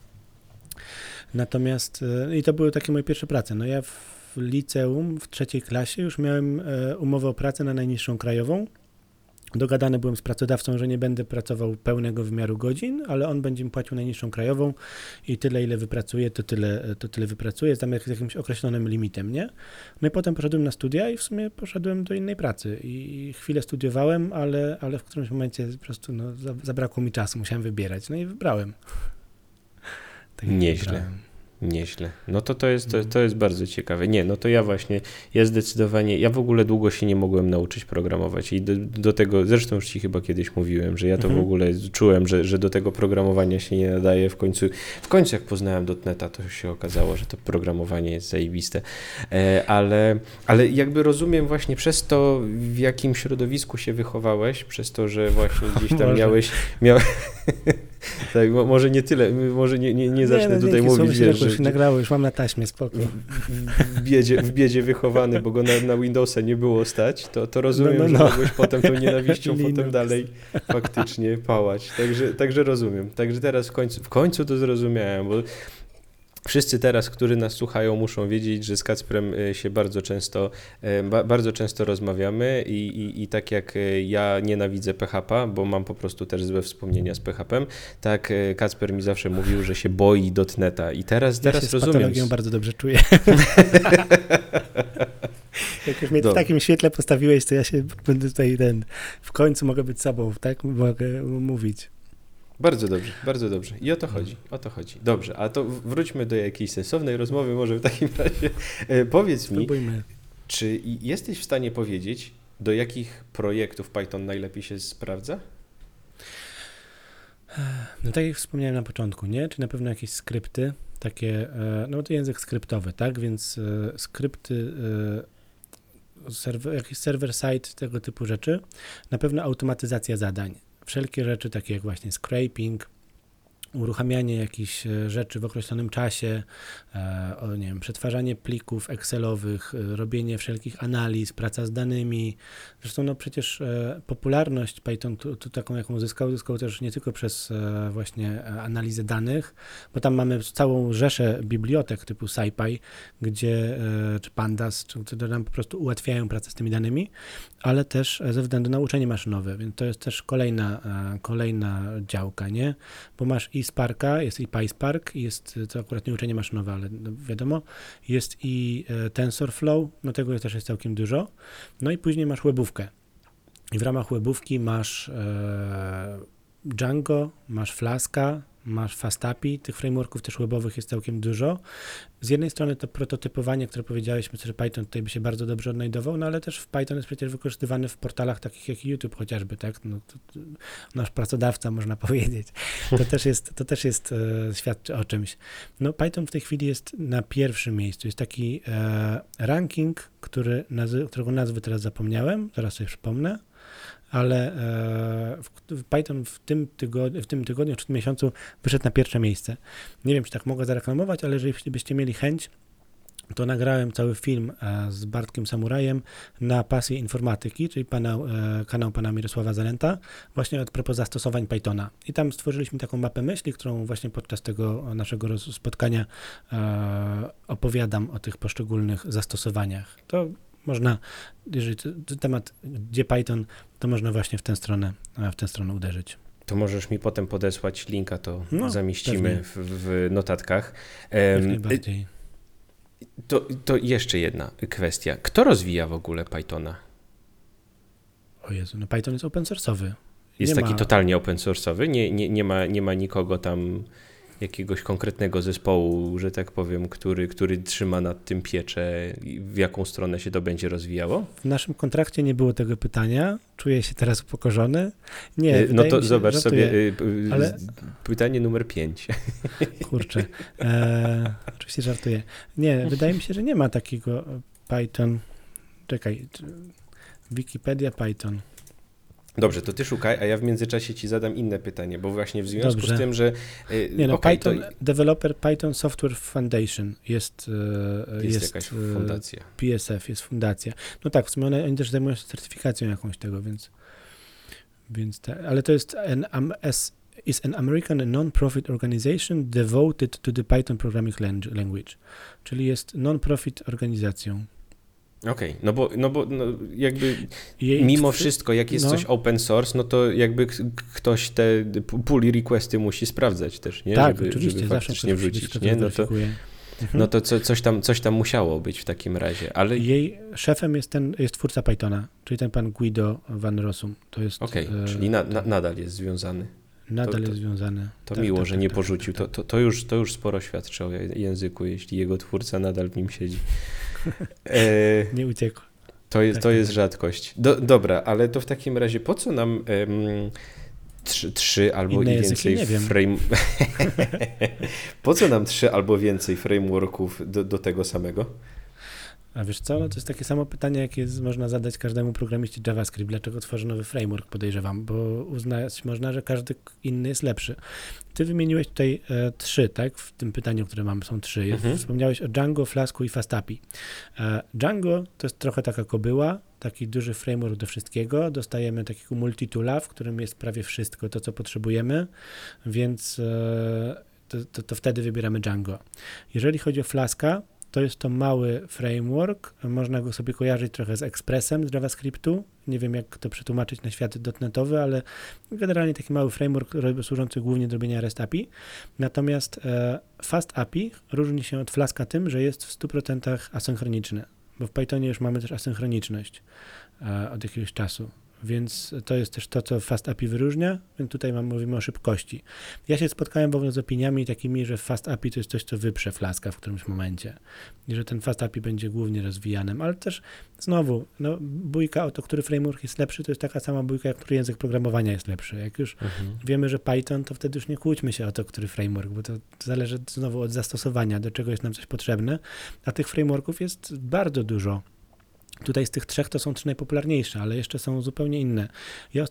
Natomiast, i to były takie moje pierwsze prace. No ja w liceum, w 3. klasie już miałem umowę o pracę na najniższą krajową. Dogadany byłem z pracodawcą, że nie będę pracował pełnego wymiaru godzin, ale on będzie mi płacił najniższą krajową i tyle, ile wypracuję, to tyle wypracuję, tam z jakimś określonym limitem, nie? No i potem poszedłem na studia i w sumie poszedłem do innej pracy i chwilę studiowałem, ale w którymś momencie po prostu zabrakło mi czasu, musiałem wybierać, no i wybrałem. Tak Nieźle. No to jest bardzo ciekawe. Nie, no to ja zdecydowanie, ja w ogóle długo się nie mogłem nauczyć programować i do tego, zresztą już ci chyba kiedyś mówiłem, że ja to w ogóle czułem, że do tego programowania się nie nadaje. W końcu jak poznałem .NET-a, to się okazało, że to programowanie jest zajebiste. Ale jakby rozumiem właśnie przez to, w jakim środowisku się wychowałeś, przez to, że właśnie gdzieś tam miałeś tak, może nie tyle, może nie zacznę tutaj mówić, że się nagrało, już mam na taśmie, spokój. W biedzie wychowany, bo go na Windowsa nie było stać, to rozumiem, że mogłeś potem tą nienawiścią potem dalej faktycznie pałać. Także rozumiem. Także teraz w końcu to zrozumiałem, bo wszyscy teraz, którzy nas słuchają, muszą wiedzieć, że z Kacprem się bardzo często rozmawiamy i tak jak ja nienawidzę PHP, bo mam po prostu też złe wspomnienia z PHP, tak Kacper mi zawsze mówił, że się boi .NET-a i teraz się rozumiem. Z patologią bardzo dobrze czuję. Jak już mnie w takim świetle postawiłeś, to ja się będę tutaj w końcu mogę być sobą, tak? Mogę mówić. Bardzo dobrze. I o to chodzi. Dobrze, a to wróćmy do jakiejś sensownej rozmowy może w takim razie. Powiedz mi, czy jesteś w stanie powiedzieć, do jakich projektów Python najlepiej się sprawdza? No tak jak wspomniałem na początku, nie? Czy na pewno jakieś skrypty, takie, no to język skryptowy, tak? Więc skrypty, jakiś server-side, tego typu rzeczy. Na pewno automatyzacja zadań. Wszelkie rzeczy takie jak właśnie scraping, uruchamianie jakichś rzeczy w określonym czasie, nie wiem, przetwarzanie plików Excelowych, robienie wszelkich analiz, praca z danymi. Zresztą no przecież popularność Python tu taką jaką zyskał też nie tylko przez właśnie analizę danych, bo tam mamy całą rzeszę bibliotek typu SciPy, czy Pandas, które nam po prostu ułatwiają pracę z tymi danymi, ale też ze względu na uczenie maszynowe, więc to jest też kolejna działka, nie? Bo masz i Sparka, jest i PySpark, jest to akurat nie uczenie maszynowe, ale no wiadomo, jest i TensorFlow, no tego też jest całkiem dużo, no i później masz webówkę i w ramach webówki masz Django, masz Flaska, masz FastAPI, tych frameworków też webowych jest całkiem dużo. Z jednej strony to prototypowanie, które powiedziałeś, że Python tutaj by się bardzo dobrze odnajdował, no ale też Python jest przecież wykorzystywany w portalach takich jak YouTube chociażby, tak? No, to nasz pracodawca, można powiedzieć. To też jest świadczy o czymś. No Python w tej chwili jest na pierwszym miejscu. Jest taki ranking, którego nazwy teraz zapomniałem, zaraz sobie przypomnę, ale Python w tym tygodniu, czy w tym miesiącu wyszedł na pierwsze miejsce. Nie wiem, czy tak mogę zareklamować, ale jeżeli byście mieli chęć, to nagrałem cały film z Bartkiem Samurajem na pasję informatyki, czyli kanał pana Mirosława Zalenta, właśnie a propos zastosowań Pythona. I tam stworzyliśmy taką mapę myśli, którą właśnie podczas tego naszego spotkania opowiadam o tych poszczególnych zastosowaniach. To można, jeżeli to temat, gdzie Python, to można właśnie w tę stronę uderzyć. To możesz mi potem podesłać linka, to zamieścimy w notatkach. Jak najbardziej. To jeszcze jedna kwestia. Kto rozwija w ogóle Pythona? O Jezu, no Python jest open source'owy. Jest taki totalnie open source'owy? Nie ma nikogo tam, jakiegoś konkretnego zespołu, że tak powiem, który trzyma nad tym pieczę i w jaką stronę się to będzie rozwijało? W naszym kontrakcie nie było tego pytania. Czuję się teraz upokorzony. Nie, no to zobacz sobie ale... pytanie numer 5. Kurczę. Oczywiście żartuję. Nie, wydaje mi się, że nie ma takiego Python. Czekaj. Wikipedia Python. Dobrze, to ty szukaj, a ja w międzyczasie ci zadam inne pytanie, bo właśnie w związku z tym, że... Python, Developer Python Software Foundation jest jakaś fundacja. PSF, jest fundacja. No tak, w sumie oni też zajmują się certyfikacją jakąś tego, ale to jest an American non-profit organization devoted to the Python programming language, czyli jest non-profit organizacją. Okej, no jakby Jej mimo wszystko, jak jest no. coś open source, no to jakby ktoś te pull requesty musi sprawdzać też, nie? Tak, żeby oczywiście, zawsze faktycznie ktoś wrzucić, kto nie? No to, weryfikuje. no to coś tam musiało być w takim razie, ale Jej szefem jest twórca Pythona, czyli ten pan Guido van Rossum. To jest czyli nadal jest związany. nadal jest związany. To Tak, miło, tak, że tak, nie tak, porzucił. tak, tak. To już sporo świadczy o języku, jeśli jego twórca nadal w nim siedzi. Nie uciekł. To jest rzadkość. Dobra, ale to w takim razie po co nam trzy albo Inne i języki? więcej Nie wiem. Po co nam 3 albo więcej frameworków do tego samego? A wiesz co, no to jest takie samo pytanie, jakie można zadać każdemu programiście JavaScript. Dlaczego tworzy nowy framework, podejrzewam, bo uznać można, że każdy inny jest lepszy. Ty wymieniłeś tutaj 3, tak? W tym pytaniu, które mamy, są 3. Wspomniałeś o Django, Flasku i FastAPI. Django to jest trochę taka kobyła, taki duży framework do wszystkiego. Dostajemy takiego multitoola, w którym jest prawie wszystko to, co potrzebujemy, więc to wtedy wybieramy Django. Jeżeli chodzi o Flaska, to jest to mały framework, można go sobie kojarzyć trochę z Expressem z JavaScriptu, nie wiem jak to przetłumaczyć na świat dotnetowy, ale generalnie taki mały framework służący głównie do robienia REST API. Natomiast FastAPI różni się od Flaska tym, że jest w 100% asynchroniczny, bo w Pythonie już mamy też asynchroniczność od jakiegoś czasu. Więc to jest też to, co FastAPI wyróżnia, więc tutaj mówimy o szybkości. Ja się spotkałem w ogóle z opiniami takimi, że FastAPI to jest coś, co wyprze Flaska w którymś momencie i że ten FastAPI będzie głównie rozwijanym, ale też znowu, bójka o to, który framework jest lepszy, to jest taka sama bójka, jak który język programowania jest lepszy. Jak już wiemy, że Python, to wtedy już nie kłóćmy się o to, który framework, bo to zależy znowu od zastosowania, do czego jest nam coś potrzebne, a tych frameworków jest bardzo dużo. Tutaj z tych 3 to są 3 najpopularniejsze, ale jeszcze są zupełnie inne. Ja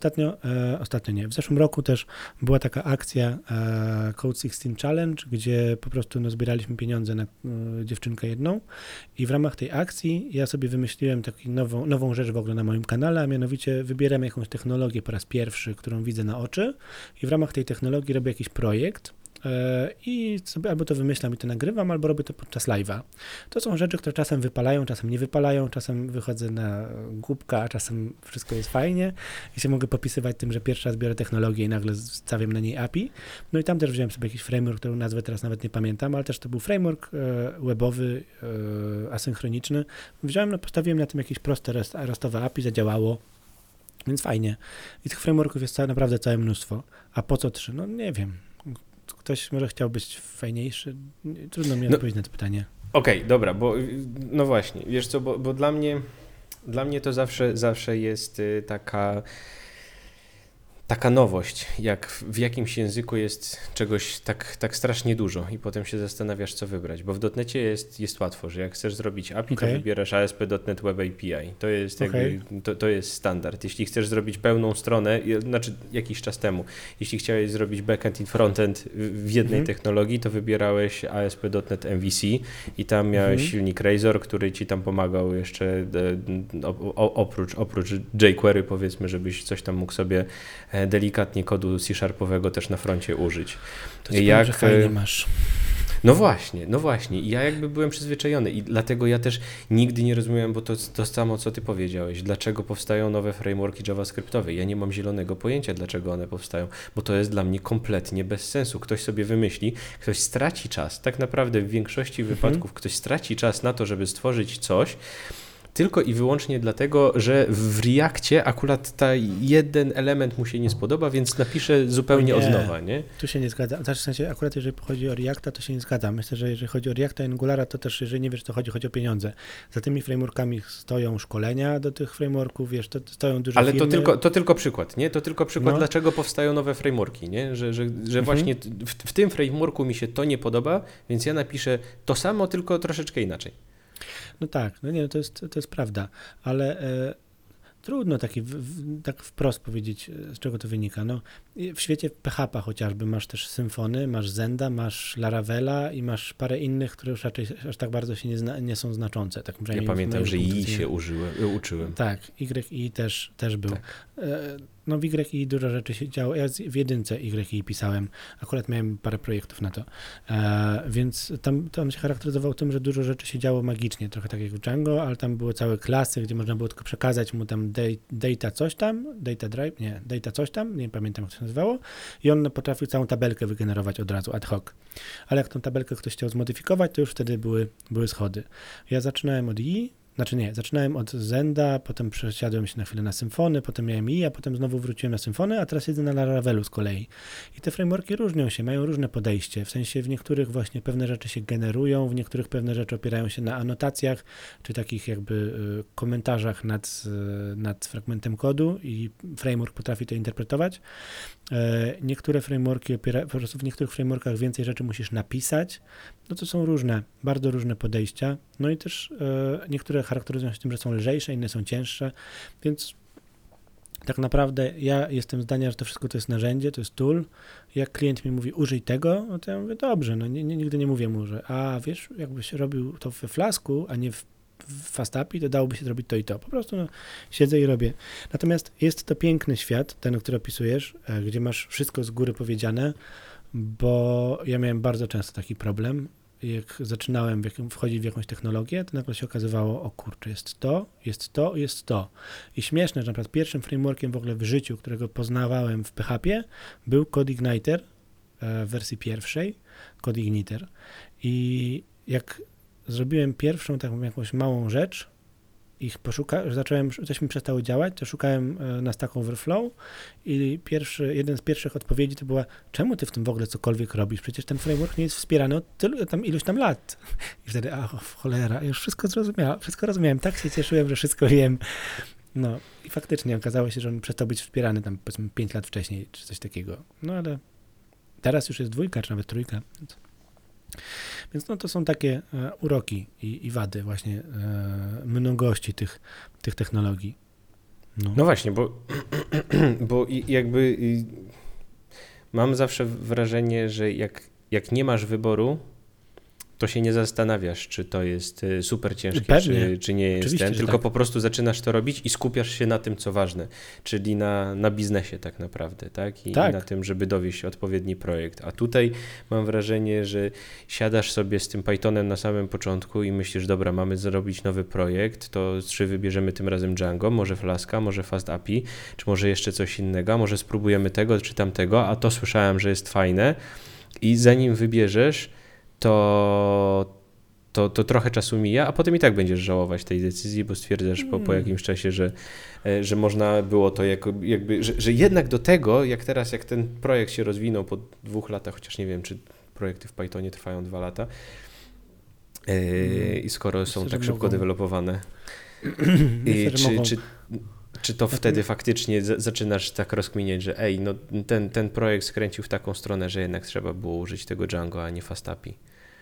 w zeszłym roku też była taka akcja Code 16 Challenge, gdzie po prostu zbieraliśmy pieniądze na dziewczynkę jedną i w ramach tej akcji ja sobie wymyśliłem taką nową rzecz w ogóle na moim kanale, a mianowicie wybieram jakąś technologię po raz pierwszy, którą widzę na oczy i w ramach tej technologii robię jakiś projekt, i sobie albo to wymyślam i to nagrywam, albo robię to podczas live'a. To są rzeczy, które czasem wypalają, czasem nie wypalają, czasem wychodzę na głupka, a czasem wszystko jest fajnie i się mogę popisywać tym, że pierwszy raz biorę technologię i nagle stawiam na niej API. No i tam też wziąłem sobie jakiś framework, którą nazwę teraz nawet nie pamiętam, ale też to był framework webowy, asynchroniczny. Postawiłem na tym jakieś proste restowe API, zadziałało, więc fajnie. I tych frameworków jest naprawdę całe mnóstwo. A po co 3? No nie wiem. Ktoś może chciał być fajniejszy. Trudno mi odpowiedzieć na to pytanie. Okej, dobra, bo no właśnie, wiesz co, bo dla mnie to zawsze jest taka nowość, jak w jakimś języku jest czegoś tak strasznie dużo i potem się zastanawiasz, co wybrać, bo w .NETcie jest łatwo, że jak chcesz zrobić API, to wybierasz ASP.NET Web API. To jest to jest standard. Jeśli chcesz zrobić pełną stronę, znaczy jakiś czas temu, jeśli chciałeś zrobić backend i frontend w jednej technologii, to wybierałeś ASP.NET MVC i tam miałeś silnik Razor, który ci tam pomagał jeszcze oprócz jQuery, powiedzmy, żebyś coś tam mógł sobie delikatnie kodu C-sharpowego też na froncie użyć. To jak że fajnie masz. No właśnie. I ja jakby byłem przyzwyczajony i dlatego ja też nigdy nie rozumiałem, bo to samo, co ty powiedziałeś, dlaczego powstają nowe frameworki javascriptowe. Ja nie mam zielonego pojęcia, dlaczego one powstają, bo to jest dla mnie kompletnie bez sensu. Ktoś sobie wymyśli, ktoś straci czas. Tak naprawdę w większości wypadków ktoś straci czas na to, żeby stworzyć coś, tylko i wyłącznie dlatego, że w Reakcie akurat jeden element mu się nie spodoba, więc napiszę zupełnie od nowa, nie? Tu się nie zgadzam. W sensie akurat jeżeli chodzi o Reacta, to się nie zgadzam. Myślę, że jeżeli chodzi o Reacta i Angulara, to też jeżeli nie wiesz, co chodzi o pieniądze. Za tymi frameworkami stoją szkolenia do tych frameworków, wiesz, to stoją duże ale firmy. To tylko przykład, nie? To tylko przykład, dlaczego powstają nowe frameworki, nie? Że właśnie w tym frameworku mi się to nie podoba, więc ja napiszę to samo, tylko troszeczkę inaczej. No tak, to jest prawda, ale trudno tak wprost powiedzieć, z czego to wynika. No, w świecie PHP chociażby masz też Symfony, masz Zenda, masz Laravela i masz parę innych, które już raczej aż tak bardzo się nie są znaczące. Tak ja pamiętam, że I się uczyłem. Tak, YI też był. Tak. no w YI dużo rzeczy się działo. Ja w jedynce YI pisałem. Akurat miałem parę projektów na to. Więc tam się charakteryzował tym, że dużo rzeczy się działo magicznie. Trochę tak jak w Django, ale tam były całe klasy, gdzie można było tylko przekazać mu tam data coś tam, data drive, nie, data coś tam, nie pamiętam jak to się nazywało. I on potrafił całą tabelkę wygenerować od razu ad hoc. Ale jak tą tabelkę ktoś chciał zmodyfikować, to już wtedy były schody. Ja zaczynałem od I, zaczynałem od Zenda, potem przesiadłem się na chwilę na Symfony, potem miałem I, a potem znowu wróciłem na Symfony, a teraz siedzę na Laravelu z kolei. I te frameworki różnią się, mają różne podejście, w sensie w niektórych właśnie pewne rzeczy się generują, w niektórych pewne rzeczy opierają się na anotacjach, czy takich jakby komentarzach nad fragmentem kodu i framework potrafi to interpretować. Niektóre frameworki po prostu w niektórych frameworkach więcej rzeczy musisz napisać, no to są różne, bardzo różne podejścia, no i też niektóre charakteryzują się tym, że są lżejsze, inne są cięższe, więc tak naprawdę ja jestem zdania, że to wszystko to jest narzędzie, to jest tool. Jak klient mi mówi użyj tego, no to ja mówię dobrze, no nigdy nie mówię mu, że wiesz, jakbyś robił to we Flasku, a nie w FastAPI, to dałoby się zrobić to i to. Po prostu siedzę i robię. Natomiast jest to piękny świat, ten, który opisujesz, gdzie masz wszystko z góry powiedziane, bo ja miałem bardzo często taki problem. Jak zaczynałem wchodzić w jakąś technologię, to nagle się okazywało, o kurczę, jest to, jest to, jest to. I śmieszne, że na przykład pierwszym frameworkiem w ogóle w życiu, którego poznawałem w PHP, był CodeIgniter w wersji pierwszej, CodeIgniter. I jak zrobiłem pierwszą taką jakąś małą rzecz, coś mi przestało działać, to szukałem na Stack Overflow i jeden z pierwszych odpowiedzi to była, czemu ty w tym w ogóle cokolwiek robisz? Przecież ten framework nie jest wspierany od iluś tam lat. I wtedy, cholera, już wszystko rozumiałem, tak się cieszyłem, że wszystko wiem. No i faktycznie okazało się, że on przestał być wspierany tam powiedzmy 5 lat wcześniej, czy coś takiego. No ale teraz już jest 2, czy nawet 3. Więc no to są takie uroki i wady właśnie mnogości tych technologii. No właśnie, bo jakby mam zawsze wrażenie, że jak nie masz wyboru, to się nie zastanawiasz, czy to jest super ciężkie, czy nie jest oczywiście, tylko tak. Po prostu zaczynasz to robić i skupiasz się na tym, co ważne, czyli na biznesie tak naprawdę, tak? I na tym, żeby dowieść odpowiedni projekt. A tutaj mam wrażenie, że siadasz sobie z tym Pythonem na samym początku i myślisz, dobra, mamy zrobić nowy projekt, to czy wybierzemy tym razem Django, może Flaska, może FastAPI, czy może jeszcze coś innego, a może spróbujemy tego czy tamtego, a to słyszałem, że jest fajne i zanim wybierzesz, to trochę czasu mija, a potem i tak będziesz żałować tej decyzji, bo stwierdzasz po jakimś czasie, że można było to jakby, że jednak do tego, jak ten projekt się rozwinął po 2 latach, chociaż nie wiem, czy projekty w Pythonie trwają 2 lata i skoro są tak szybko dewelopowane, czy to wtedy faktycznie zaczynasz tak rozkminiać, że no ten projekt skręcił w taką stronę, że jednak trzeba było użyć tego Django, a nie FastAPI?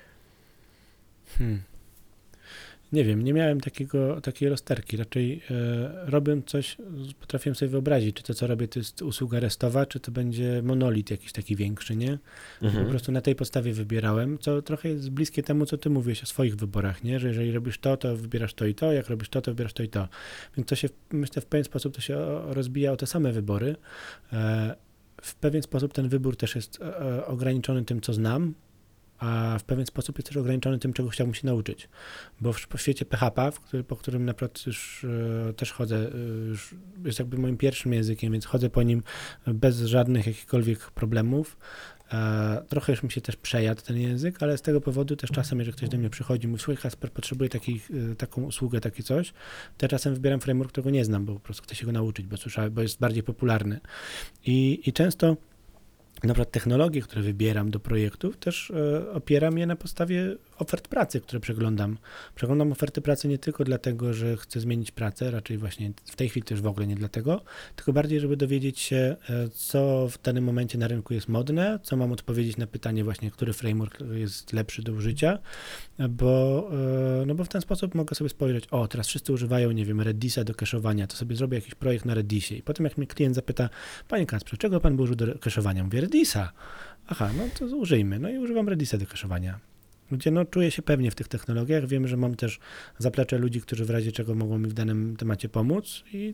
Nie wiem, nie miałem takiej rozterki. Raczej robiąc coś, potrafiłem sobie wyobrazić, czy to, co robię, to jest usługa restowa, czy to będzie monolit jakiś taki większy, nie? Po prostu na tej podstawie wybierałem, co trochę jest bliskie temu, co ty mówiłeś o swoich wyborach, nie? Że jeżeli robisz to wybierasz to i to, jak robisz to wybierasz to i to. Więc to się, myślę, w pewien sposób to się rozbija o te same wybory. W pewien sposób ten wybór też jest ograniczony tym, co znam, a w pewien sposób jest też ograniczony tym, czego chciałbym się nauczyć. Bo w świecie PHP, po którym naprawdę już też chodzę, już jest jakby moim pierwszym językiem, więc chodzę po nim bez żadnych jakichkolwiek problemów. Trochę już mi się też przejadł ten język, ale z tego powodu też czasem, jeżeli ktoś do mnie przychodzi i mówi, słuchaj Kacper, potrzebuję taką usługę, takie coś, to ja czasem wybieram framework, którego nie znam, bo po prostu chcę się go nauczyć, bo jest bardziej popularny. I często na przykład technologie, które wybieram do projektów, też opieram je na podstawie ofert pracy, które przeglądam. Przeglądam oferty pracy nie tylko dlatego, że chcę zmienić pracę, raczej właśnie w tej chwili też w ogóle nie dlatego, tylko bardziej, żeby dowiedzieć się, co w danym momencie na rynku jest modne, co mam odpowiedzieć na pytanie właśnie, który framework jest lepszy do użycia, bo w ten sposób mogę sobie spojrzeć, teraz wszyscy używają, nie wiem, Redisa do cache'owania, to sobie zrobię jakiś projekt na Redisie i potem jak mnie klient zapyta, panie Kacprze, czego pan by użył do cache'owania? Mówię, Redisa. Aha, no to użyjmy. No i używam Redisa do cache'owania. Gdzie czuję się pewnie w tych technologiach, wiem, że mam też zaplecze ludzi, którzy w razie czego mogą mi w danym temacie pomóc i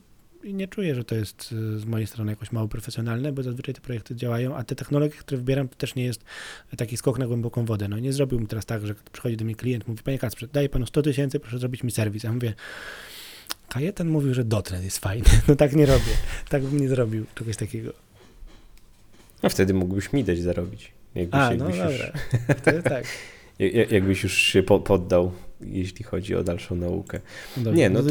nie czuję, że to jest z mojej strony jakoś mało profesjonalne, bo zazwyczaj te projekty działają, a te technologie, które wybieram, to też nie jest taki skok na głęboką wodę. No nie zrobiłbym teraz tak, że przychodzi do mnie klient, mówi, panie Kacprze, daję panu 100 000, proszę zrobić mi serwis. A ja mówię, Kajetan mówił, że .NET jest fajny. No tak nie robię. Tak bym nie zrobił czegoś takiego. No wtedy mógłbyś mi dać zarobić. Dobra. Wtedy tak. Jakbyś już się poddał, jeśli chodzi o dalszą naukę. Dobrze, Nie, no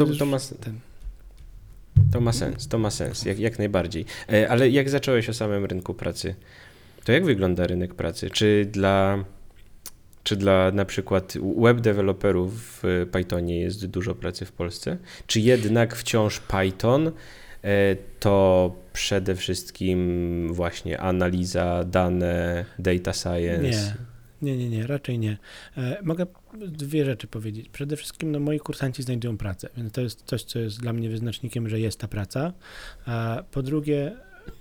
to ma sens, jak najbardziej. Ale jak zacząłeś o samym rynku pracy, to jak wygląda rynek pracy? Czy dla na przykład web deweloperów w Pythonie jest dużo pracy w Polsce? Czy jednak wciąż Python to przede wszystkim właśnie analiza, dane, data science? Nie, raczej nie. Mogę dwie rzeczy powiedzieć. Przede wszystkim no, moi kursanci znajdują pracę, więc to jest coś, co jest dla mnie wyznacznikiem, że jest ta praca. A po drugie,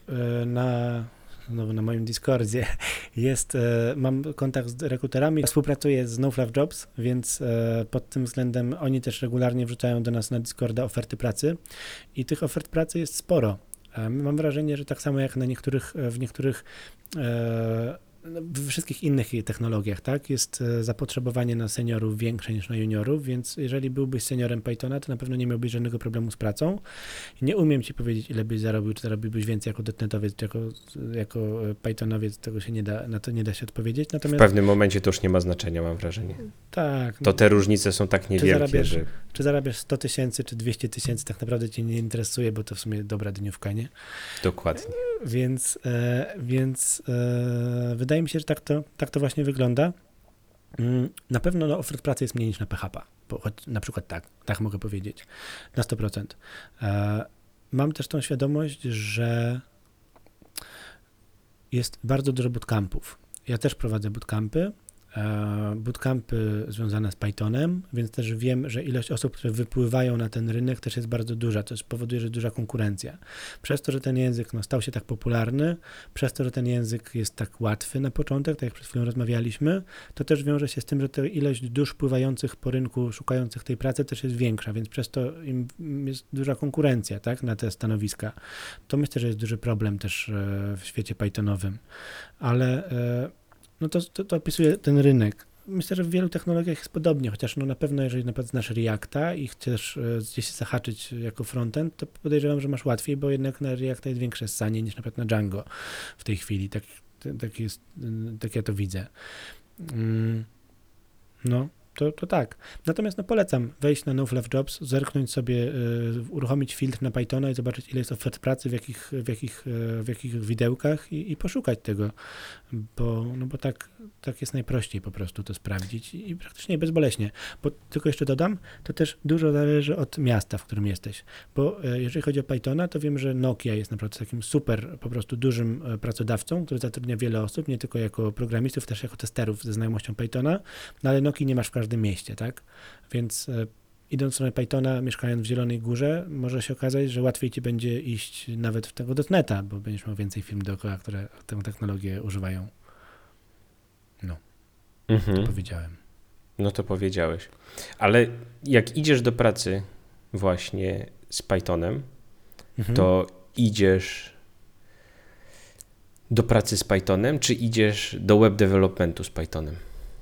na moim Discordzie mam kontakt z rekruterami, współpracuję z NoFluff Jobs, więc pod tym względem oni też regularnie wrzucają do nas na Discorda oferty pracy i tych ofert pracy jest sporo. Mam wrażenie, że tak samo jak w niektórych we wszystkich innych technologiach, tak, jest zapotrzebowanie na seniorów większe niż na juniorów, więc jeżeli byłbyś seniorem Pythona, to na pewno nie miałbyś żadnego problemu z pracą. Nie umiem ci powiedzieć, ile byś zarobił, czy zarobiłbyś więcej jako .NETowiec, czy jako Pythonowiec, tego się nie da, na to nie da się odpowiedzieć. Natomiast w pewnym momencie to już nie ma znaczenia, mam wrażenie. Tak. To te różnice są tak niewielkie, Czy zarabiasz 100 000, czy 200 000, tak naprawdę cię nie interesuje, bo to w sumie dobra dniówka, nie? Dokładnie. Więc wydaje mi się, że tak to właśnie wygląda. Na pewno ofert pracy jest mniej niż na PHP, choć na przykład tak mogę powiedzieć, na 100%. Mam też tą świadomość, że jest bardzo dużo bootcampów. Ja też prowadzę bootcampy związane z Pythonem, więc też wiem, że ilość osób, które wypływają na ten rynek też jest bardzo duża, co powoduje, że duża konkurencja. Przez to, że ten język stał się tak popularny, przez to, że ten język jest tak łatwy na początek, tak jak przed chwilą rozmawialiśmy, to też wiąże się z tym, że ta ilość dusz pływających po rynku, szukających tej pracy też jest większa, więc przez to jest duża konkurencja, tak, na te stanowiska. To myślę, że jest duży problem też w świecie pythonowym, ale no to opisuje ten rynek. Myślę, że w wielu technologiach jest podobnie, chociaż na pewno jeżeli na przykład znasz Reacta i chcesz gdzieś się zahaczyć jako frontend, to podejrzewam, że masz łatwiej, bo jednak na Reacta jest większe ssanie niż na przykład na Django w tej chwili. Tak ja to widzę. No. To tak. Natomiast polecam wejść na NoFluff Jobs, zerknąć sobie, uruchomić filtr na Pythona i zobaczyć, ile jest ofert pracy, w jakich widełkach i poszukać tego, bo tak jest najprościej po prostu to sprawdzić i praktycznie bezboleśnie. Bo tylko jeszcze dodam, to też dużo zależy od miasta, w którym jesteś, bo jeżeli chodzi o Pythona, to wiem, że Nokia jest naprawdę takim super, po prostu dużym pracodawcą, który zatrudnia wiele osób, nie tylko jako programistów, też jako testerów ze znajomością Pythona, no ale Nokii nie masz w każdym mieście, tak? Więc idąc w stronę Pythona, mieszkając w Zielonej Górze, może się okazać, że łatwiej ci będzie iść nawet w tego .NETA, bo będziesz miał więcej firm dookoła, które tę technologię używają. No, to powiedziałem. No to powiedziałeś. Ale jak idziesz do pracy właśnie z Pythonem, to idziesz do pracy z Pythonem, czy idziesz do web developmentu z Pythonem?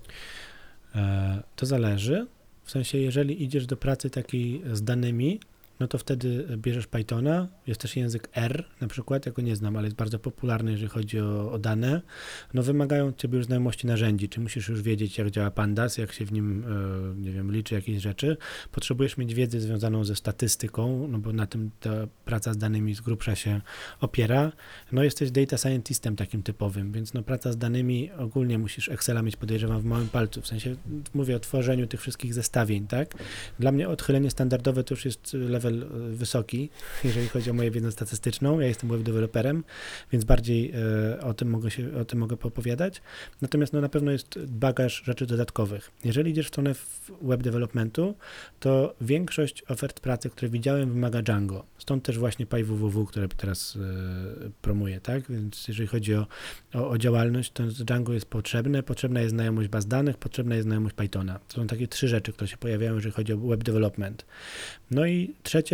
To zależy. W sensie, jeżeli idziesz do pracy takiej z danymi, no to wtedy bierzesz Pythona. Jest też język R na przykład, ja go nie znam, ale jest bardzo popularny, jeżeli chodzi o dane. No wymagają od ciebie już znajomości narzędzi, czy musisz już wiedzieć, jak działa Pandas, jak się w nim, nie wiem, liczy jakieś rzeczy. Potrzebujesz mieć wiedzę związaną ze statystyką, no bo na tym ta praca z danymi z grubsza się opiera. No jesteś data scientistem takim typowym, więc no praca z danymi ogólnie musisz Excela mieć, podejrzewam, w małym palcu. W sensie mówię o tworzeniu tych wszystkich zestawień, tak? Dla mnie odchylenie standardowe to już jest level wysoki, jeżeli chodzi o moją wiedzę statystyczną. Ja jestem web deweloperem, więc bardziej o tym mogę poopowiadać. Natomiast no, na pewno jest bagaż rzeczy dodatkowych. Jeżeli idziesz w stronę web developmentu, to większość ofert pracy, które widziałem, wymaga Django. Stąd też właśnie PyWWW, które teraz promuję, tak? Więc jeżeli chodzi o działalność, to Django jest potrzebne. Potrzebna jest znajomość baz danych, potrzebna jest znajomość Pythona. To są takie 3 rzeczy, które się pojawiają, jeżeli chodzi o web development. No i trzecie,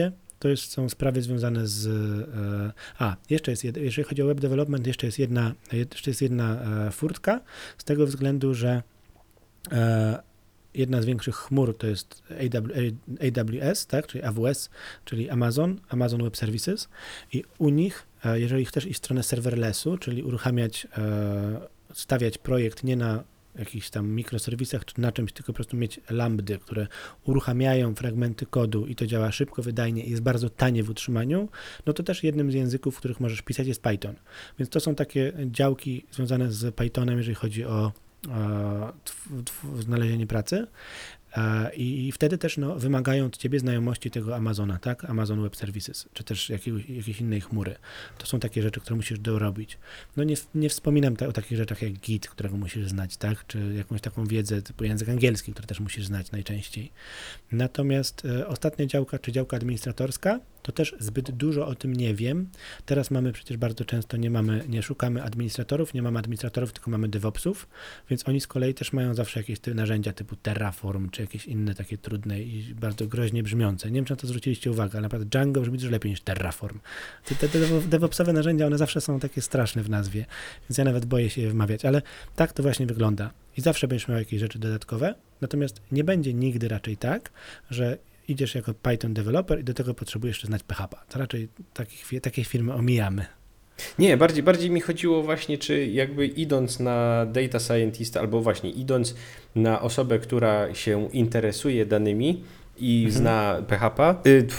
są sprawy związane z... jeszcze jest, jeżeli chodzi o web development, jeszcze jest jedna furtka, z tego względu, że jedna z większych chmur to jest AWS, tak, czyli AWS, czyli Amazon Web Services i u nich, jeżeli chcesz iść w stronę serverlessu, czyli stawiać projekt nie na jakichś tam mikroserwisach czy na czymś, tylko po prostu mieć lambdy, które uruchamiają fragmenty kodu i to działa szybko, wydajnie i jest bardzo tanie w utrzymaniu, no to też jednym z języków, w których możesz pisać jest Python. Więc to są takie działki związane z Pythonem, jeżeli chodzi o znalezienie pracy. I wtedy też wymagają od ciebie znajomości tego Amazona, tak? Amazon Web Services, czy też jakiejś innej chmury. To są takie rzeczy, które musisz dorobić. No nie wspominam o takich rzeczach jak Git, którego musisz znać, tak? Czy jakąś taką wiedzę typu język angielski, który też musisz znać najczęściej. Natomiast ostatnia działka, czy działka administratorska, to też zbyt dużo o tym nie wiem. Teraz mamy przecież bardzo często, nie szukamy administratorów, nie mamy administratorów, tylko mamy DevOpsów, więc oni z kolei też mają zawsze jakieś narzędzia typu Terraform, czy jakieś inne takie trudne i bardzo groźnie brzmiące. Nie wiem, czy na to zwróciliście uwagę, ale naprawdę Django brzmi dużo lepiej niż Terraform. Te DevOpsowe narzędzia, one zawsze są takie straszne w nazwie, więc ja nawet boję się je wymawiać, ale tak to właśnie wygląda. I zawsze będziesz miał jakieś rzeczy dodatkowe, natomiast nie będzie nigdy raczej tak, że idziesz jako Python developer i do tego potrzebujesz znać PHP. To raczej takie firmy omijamy. Nie, bardziej mi chodziło właśnie, czy jakby idąc na data scientista, albo właśnie idąc na osobę, która się interesuje danymi i zna PHP,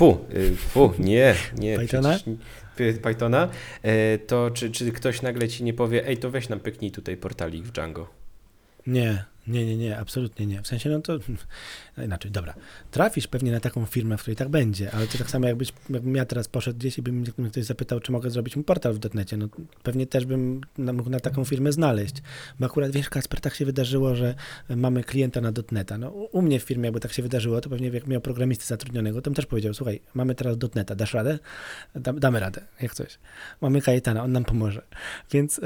nie, Pythona, to czy ktoś nagle ci nie powie, ej, to weź nam pyknij tutaj portalik w Django. Nie, absolutnie nie. W sensie, inaczej, dobra, trafisz pewnie na taką firmę, w której tak będzie, ale to tak samo jakbym ja teraz poszedł gdzieś i by mnie ktoś zapytał, czy mogę zrobić mu portal w .NETie, no pewnie też bym mógł na taką firmę znaleźć, bo akurat, wiesz, Kacper, tak się wydarzyło, że mamy klienta na .NETA, no u mnie w firmie jakby tak się wydarzyło, to pewnie jak miał programisty zatrudnionego, to bym też powiedział, słuchaj, mamy teraz .NETA, dasz radę? Damy radę, jak coś. Mamy Kajetana, on nam pomoże, więc...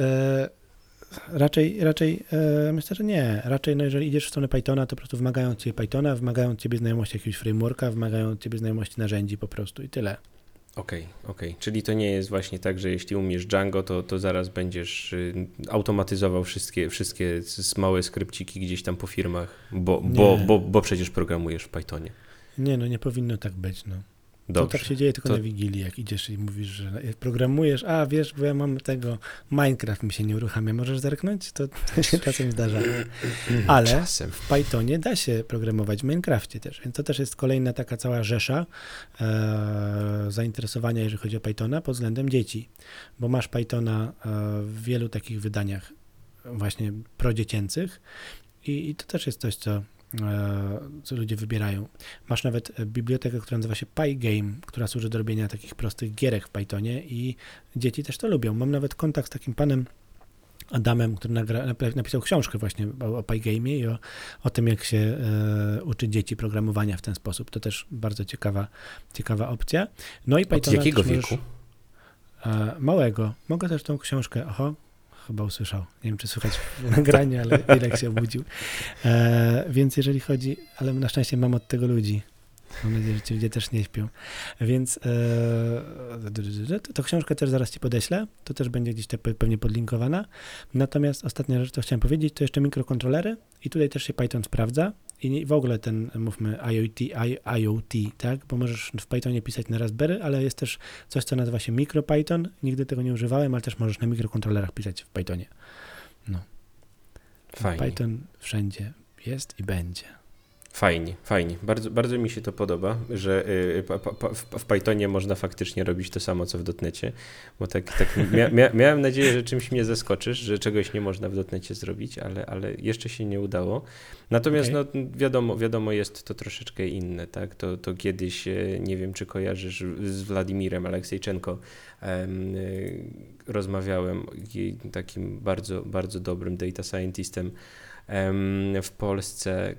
Raczej myślę, że nie. Raczej jeżeli idziesz w stronę Pythona, to po prostu wymagają od ciebie Pythona, wymagają od ciebie znajomości jakiegoś frameworka, wymagają od ciebie znajomości narzędzi po prostu i tyle. Okej. Czyli to nie jest właśnie tak, że jeśli umiesz Django, to zaraz będziesz automatyzował wszystkie małe skrypciki gdzieś tam po firmach, bo przecież programujesz w Pythonie. Nie powinno tak być, no. Dobrze. To tak się dzieje tylko na Wigilii, jak idziesz i mówisz, że programujesz, wiesz, bo ja mam Minecraft mi się nie uruchamia, możesz zerknąć? To się czasem zdarza. Ale w Pythonie da się programować w Minecrafcie też, więc to też jest kolejna taka cała rzesza zainteresowania, jeżeli chodzi o Pythona pod względem dzieci, bo masz Pythona w wielu takich wydaniach właśnie prodziecięcych i to też jest coś, co ludzie wybierają. Masz nawet bibliotekę, która nazywa się Pygame, która służy do robienia takich prostych gierek w Pythonie i dzieci też to lubią. Mam nawet kontakt z takim panem Adamem, który napisał książkę właśnie o Pygame i o tym, jak się uczy dzieci programowania w ten sposób. To też bardzo ciekawa opcja. No i Pythona. Od jakiego wieku? Małego. Mogę też tą książkę, chyba usłyszał. Nie wiem, czy słychać w nagraniu, ale Irek się obudził. Więc jeżeli chodzi, ale na szczęście mam od tego ludzi. Mam nadzieję, że ci ludzie też nie śpią. Więc to książkę też zaraz ci podeślę. To też będzie gdzieś pewnie podlinkowana. Natomiast ostatnia rzecz, co chciałem powiedzieć, to jeszcze mikrokontrolery i tutaj też się Python sprawdza. I w ogóle mówmy IoT, tak? Bo możesz w Pythonie pisać na Raspberry, ale jest też coś, co nazywa się MicroPython. Nigdy tego nie używałem, ale też możesz na mikrokontrolerach pisać w Pythonie. No. Fajnie. Python wszędzie jest i będzie. Fajnie. Bardzo mi się to podoba, że w Pythonie można faktycznie robić to samo, co w .NETie, bo miałem nadzieję, że czymś mnie zaskoczysz, że czegoś nie można w .NETie zrobić, ale jeszcze się nie udało. Natomiast wiadomo, jest to troszeczkę inne, tak? To kiedyś, nie wiem, czy kojarzysz, z Władimirem Aleksiejczenko rozmawiałem, takim bardzo, bardzo dobrym data scientistem w Polsce,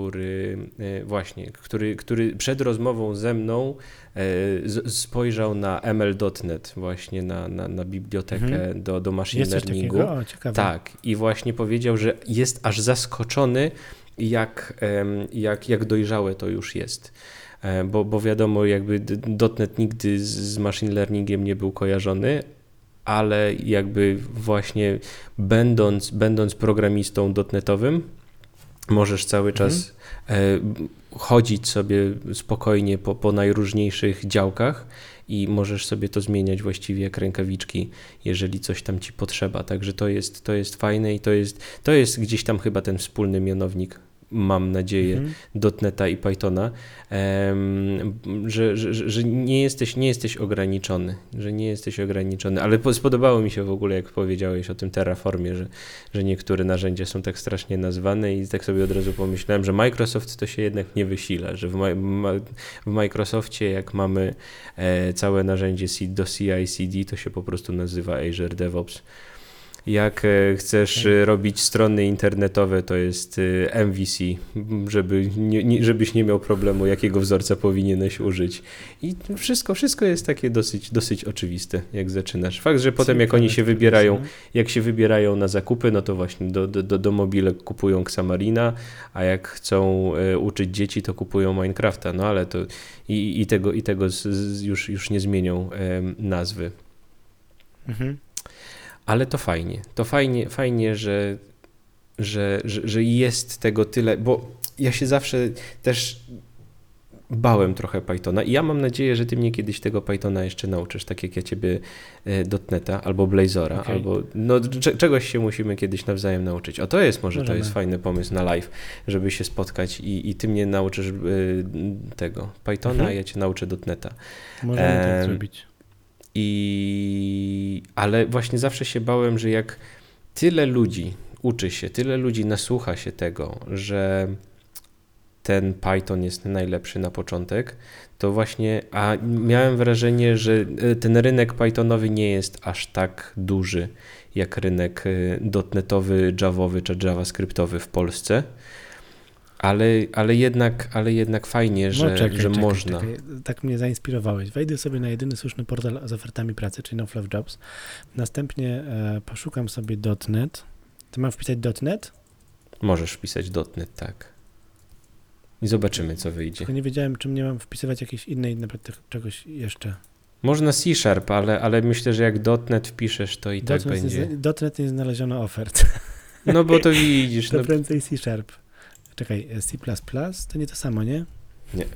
który przed rozmową ze mną spojrzał na ML.NET, właśnie na bibliotekę do machine learningu. Tak, i właśnie powiedział, że jest aż zaskoczony, jak dojrzałe to już jest. bo wiadomo, jakby .NET nigdy z machine learningiem nie był kojarzony, ale jakby właśnie będąc programistą .NETowym, możesz cały czas chodzić sobie spokojnie po najróżniejszych działkach i możesz sobie to zmieniać właściwie jak rękawiczki, jeżeli coś tam ci potrzeba. Także to jest fajne i to jest gdzieś tam chyba ten wspólny mianownik, mam nadzieję, .NETA i Pythona, że nie jesteś ograniczony, ale spodobało mi się w ogóle, jak powiedziałeś o tym Terraformie, że niektóre narzędzia są tak strasznie nazwane i tak sobie od razu pomyślałem, że Microsoft to się jednak nie wysila, że w Microsoftie jak mamy całe narzędzie do CI/CD, to się po prostu nazywa Azure DevOps. Jak chcesz robić strony internetowe, to jest MVC, żebyś nie miał problemu, jakiego wzorca powinieneś użyć. I wszystko jest takie dosyć oczywiste, jak zaczynasz. Fakt, że potem jak oni się wybierają na zakupy, no to właśnie do mobile kupują Xamarina, a jak chcą uczyć dzieci, to kupują Minecrafta, no ale to i tego już nie zmienią nazwy. Ale to fajnie, że jest tego tyle, bo ja się zawsze też bałem trochę Pythona i ja mam nadzieję, że ty mnie kiedyś tego Pythona jeszcze nauczysz, tak jak ja ciebie .NETA albo Blazora, albo czegoś się musimy kiedyś nawzajem nauczyć. To jest fajny pomysł na live, żeby się spotkać i ty mnie nauczysz tego Pythona, a ja cię nauczę .NETA. Możemy tak zrobić. Ale właśnie zawsze się bałem, że jak tyle ludzi uczy się, tyle ludzi nasłucha się tego, że ten Python jest najlepszy na początek, to właśnie, a miałem wrażenie, że ten rynek Pythonowy nie jest aż tak duży jak rynek .NETowy, Javowy czy JavaScriptowy w Polsce. Ale jednak fajnie, że można. Czekaj. Tak mnie zainspirowałeś. Wejdę sobie na jedyny słuszny portal z ofertami pracy, czyli No Fluff Jobs. Następnie poszukam sobie .NET. To mam wpisać .NET? Możesz wpisać .NET, tak. I zobaczymy, co wyjdzie. Tylko nie wiedziałem, czy mnie mam wpisywać jakieś innej, naprawdę czegoś jeszcze. Można C#, ale myślę, że jak .NET wpiszesz, to i tak będzie. .NET nie znaleziono ofert. No bo to widzisz. To prędzej C#. Czekaj, C++ to nie to samo, nie? Nie.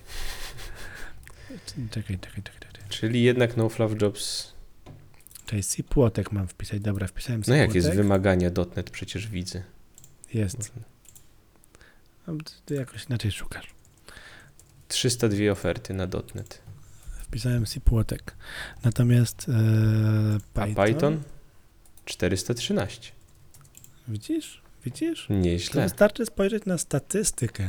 Czekaj. Czyli jednak No Fluff Jobs. Czekaj, C płotek mam wpisać. Dobra, wpisałem C No jak płotek. jest wymagania .NET, przecież widzę. Jest. No, ty jakoś inaczej szukasz. 302 oferty na .NET. Wpisałem C płotek. Natomiast Python? A Python? 413. Widzisz? Nieźle. To wystarczy spojrzeć na statystykę.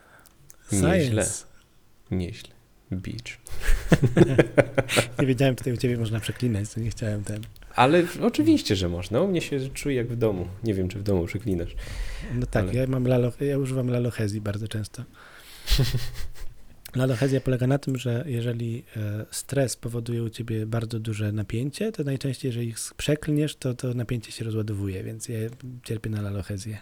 Nieźle. Beach. Nie wiedziałem, tutaj u ciebie można przeklinać, to nie chciałem ten. Ale oczywiście, że można. U mnie się czuję jak w domu. Nie wiem, czy w domu przeklinasz. No tak, ja używam lalohezji bardzo często. Lalohezja polega na tym, że jeżeli stres powoduje u ciebie bardzo duże napięcie, to najczęściej, jeżeli ich przeklniesz, to napięcie się rozładowuje, więc ja cierpię na lalohezję.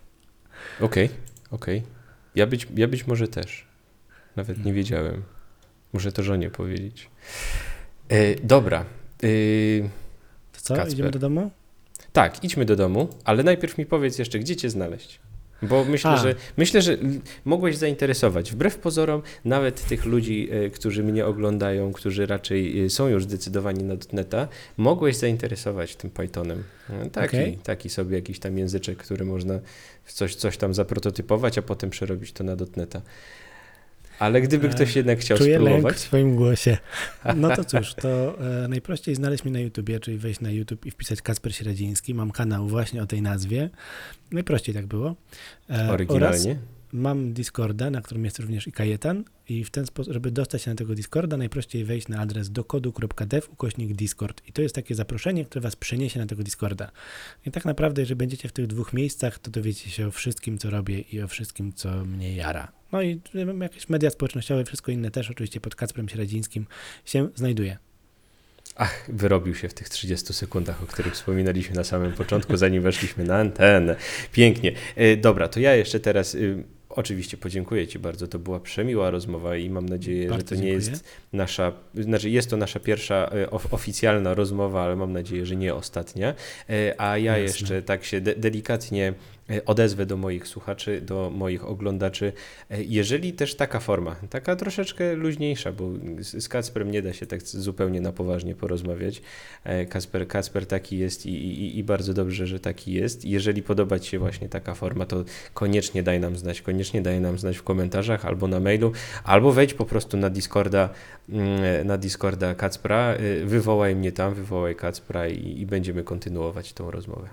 Okej. Ja być może też. Nawet nie wiedziałem. Muszę to żonie powiedzieć. Dobra. To co, Kacper. Idziemy do domu? Tak, idźmy do domu, ale najpierw mi powiedz jeszcze, gdzie cię znaleźć. Bo myślę, że mogłeś zainteresować, wbrew pozorom, nawet tych ludzi, którzy mnie oglądają, którzy raczej są już zdecydowani na .NETA, mogłeś zainteresować tym Pythonem. Taki sobie jakiś tam języczek, który można coś tam zaprototypować, a potem przerobić to na .NETA. Ale gdyby ktoś jednak chciał spróbować... Czuję lęk w swoim głosie. No to cóż, to najprościej znaleźć mnie na YouTubie, czyli wejść na YouTube i wpisać Kacper Sieradziński. Mam kanał właśnie o tej nazwie. Najprościej tak było. Oryginalnie. Oraz mam Discorda, na którym jest również i Kajetan i w ten sposób, żeby dostać się na tego Discorda, najprościej wejść na adres dokodu.dev/Discord i to jest takie zaproszenie, które was przeniesie na tego Discorda. I tak naprawdę, jeżeli będziecie w tych dwóch miejscach, to dowiecie się o wszystkim, co robię i o wszystkim, co mnie jara. No i jakieś media społecznościowe, wszystko inne też oczywiście pod Kacprem Sieradzińskim się znajduje. Ach, wyrobił się w tych 30 sekundach, o których wspominaliśmy na samym początku, zanim weszliśmy na antenę. Pięknie. Dobra, to ja jeszcze teraz Oczywiście podziękuję Ci bardzo, to była przemiła rozmowa i mam nadzieję, Bardzo że to nie dziękuję. jest jest to nasza pierwsza oficjalna rozmowa, ale mam nadzieję, że nie ostatnia. A ja Jasne. jeszcze tak się delikatnie odezwę do moich słuchaczy, do moich oglądaczy. Jeżeli też taka forma, taka troszeczkę luźniejsza, bo z Kacperem nie da się tak zupełnie na poważnie porozmawiać. Kacper taki jest i bardzo dobrze, że taki jest. Jeżeli podoba Ci się właśnie taka forma, to koniecznie daj nam znać w komentarzach albo na mailu, albo wejdź po prostu na Discorda Kacpra, wywołaj mnie tam, wywołaj Kacpra i będziemy kontynuować tą rozmowę.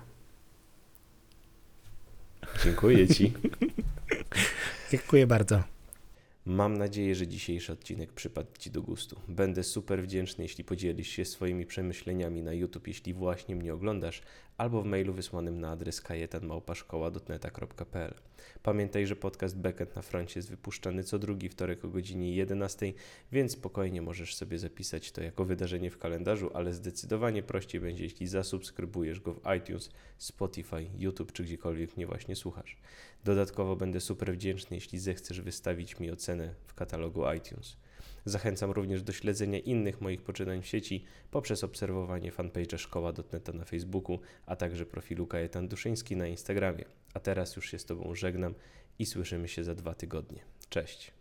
Dziękuję Ci. Dziękuję bardzo. Mam nadzieję, że dzisiejszy odcinek przypadł Ci do gustu. Będę super wdzięczny, jeśli podzielisz się swoimi przemyśleniami na YouTube, jeśli właśnie mnie oglądasz, albo w mailu wysłanym na adres kajetan@szkoła.dotneta.pl. Pamiętaj, że podcast Backend na froncie jest wypuszczany co drugi wtorek o godzinie 11, więc spokojnie możesz sobie zapisać to jako wydarzenie w kalendarzu, ale zdecydowanie prościej będzie, jeśli zasubskrybujesz go w iTunes, Spotify, YouTube czy gdziekolwiek mnie właśnie słuchasz. Dodatkowo będę super wdzięczny, jeśli zechcesz wystawić mi ocenę w katalogu iTunes. Zachęcam również do śledzenia innych moich poczynań w sieci poprzez obserwowanie fanpage'a Szkoła.dotneta na Facebooku, a także profilu Kajetan Duszyński na Instagramie. A teraz już się z Tobą żegnam i słyszymy się za 2 tygodnie. Cześć!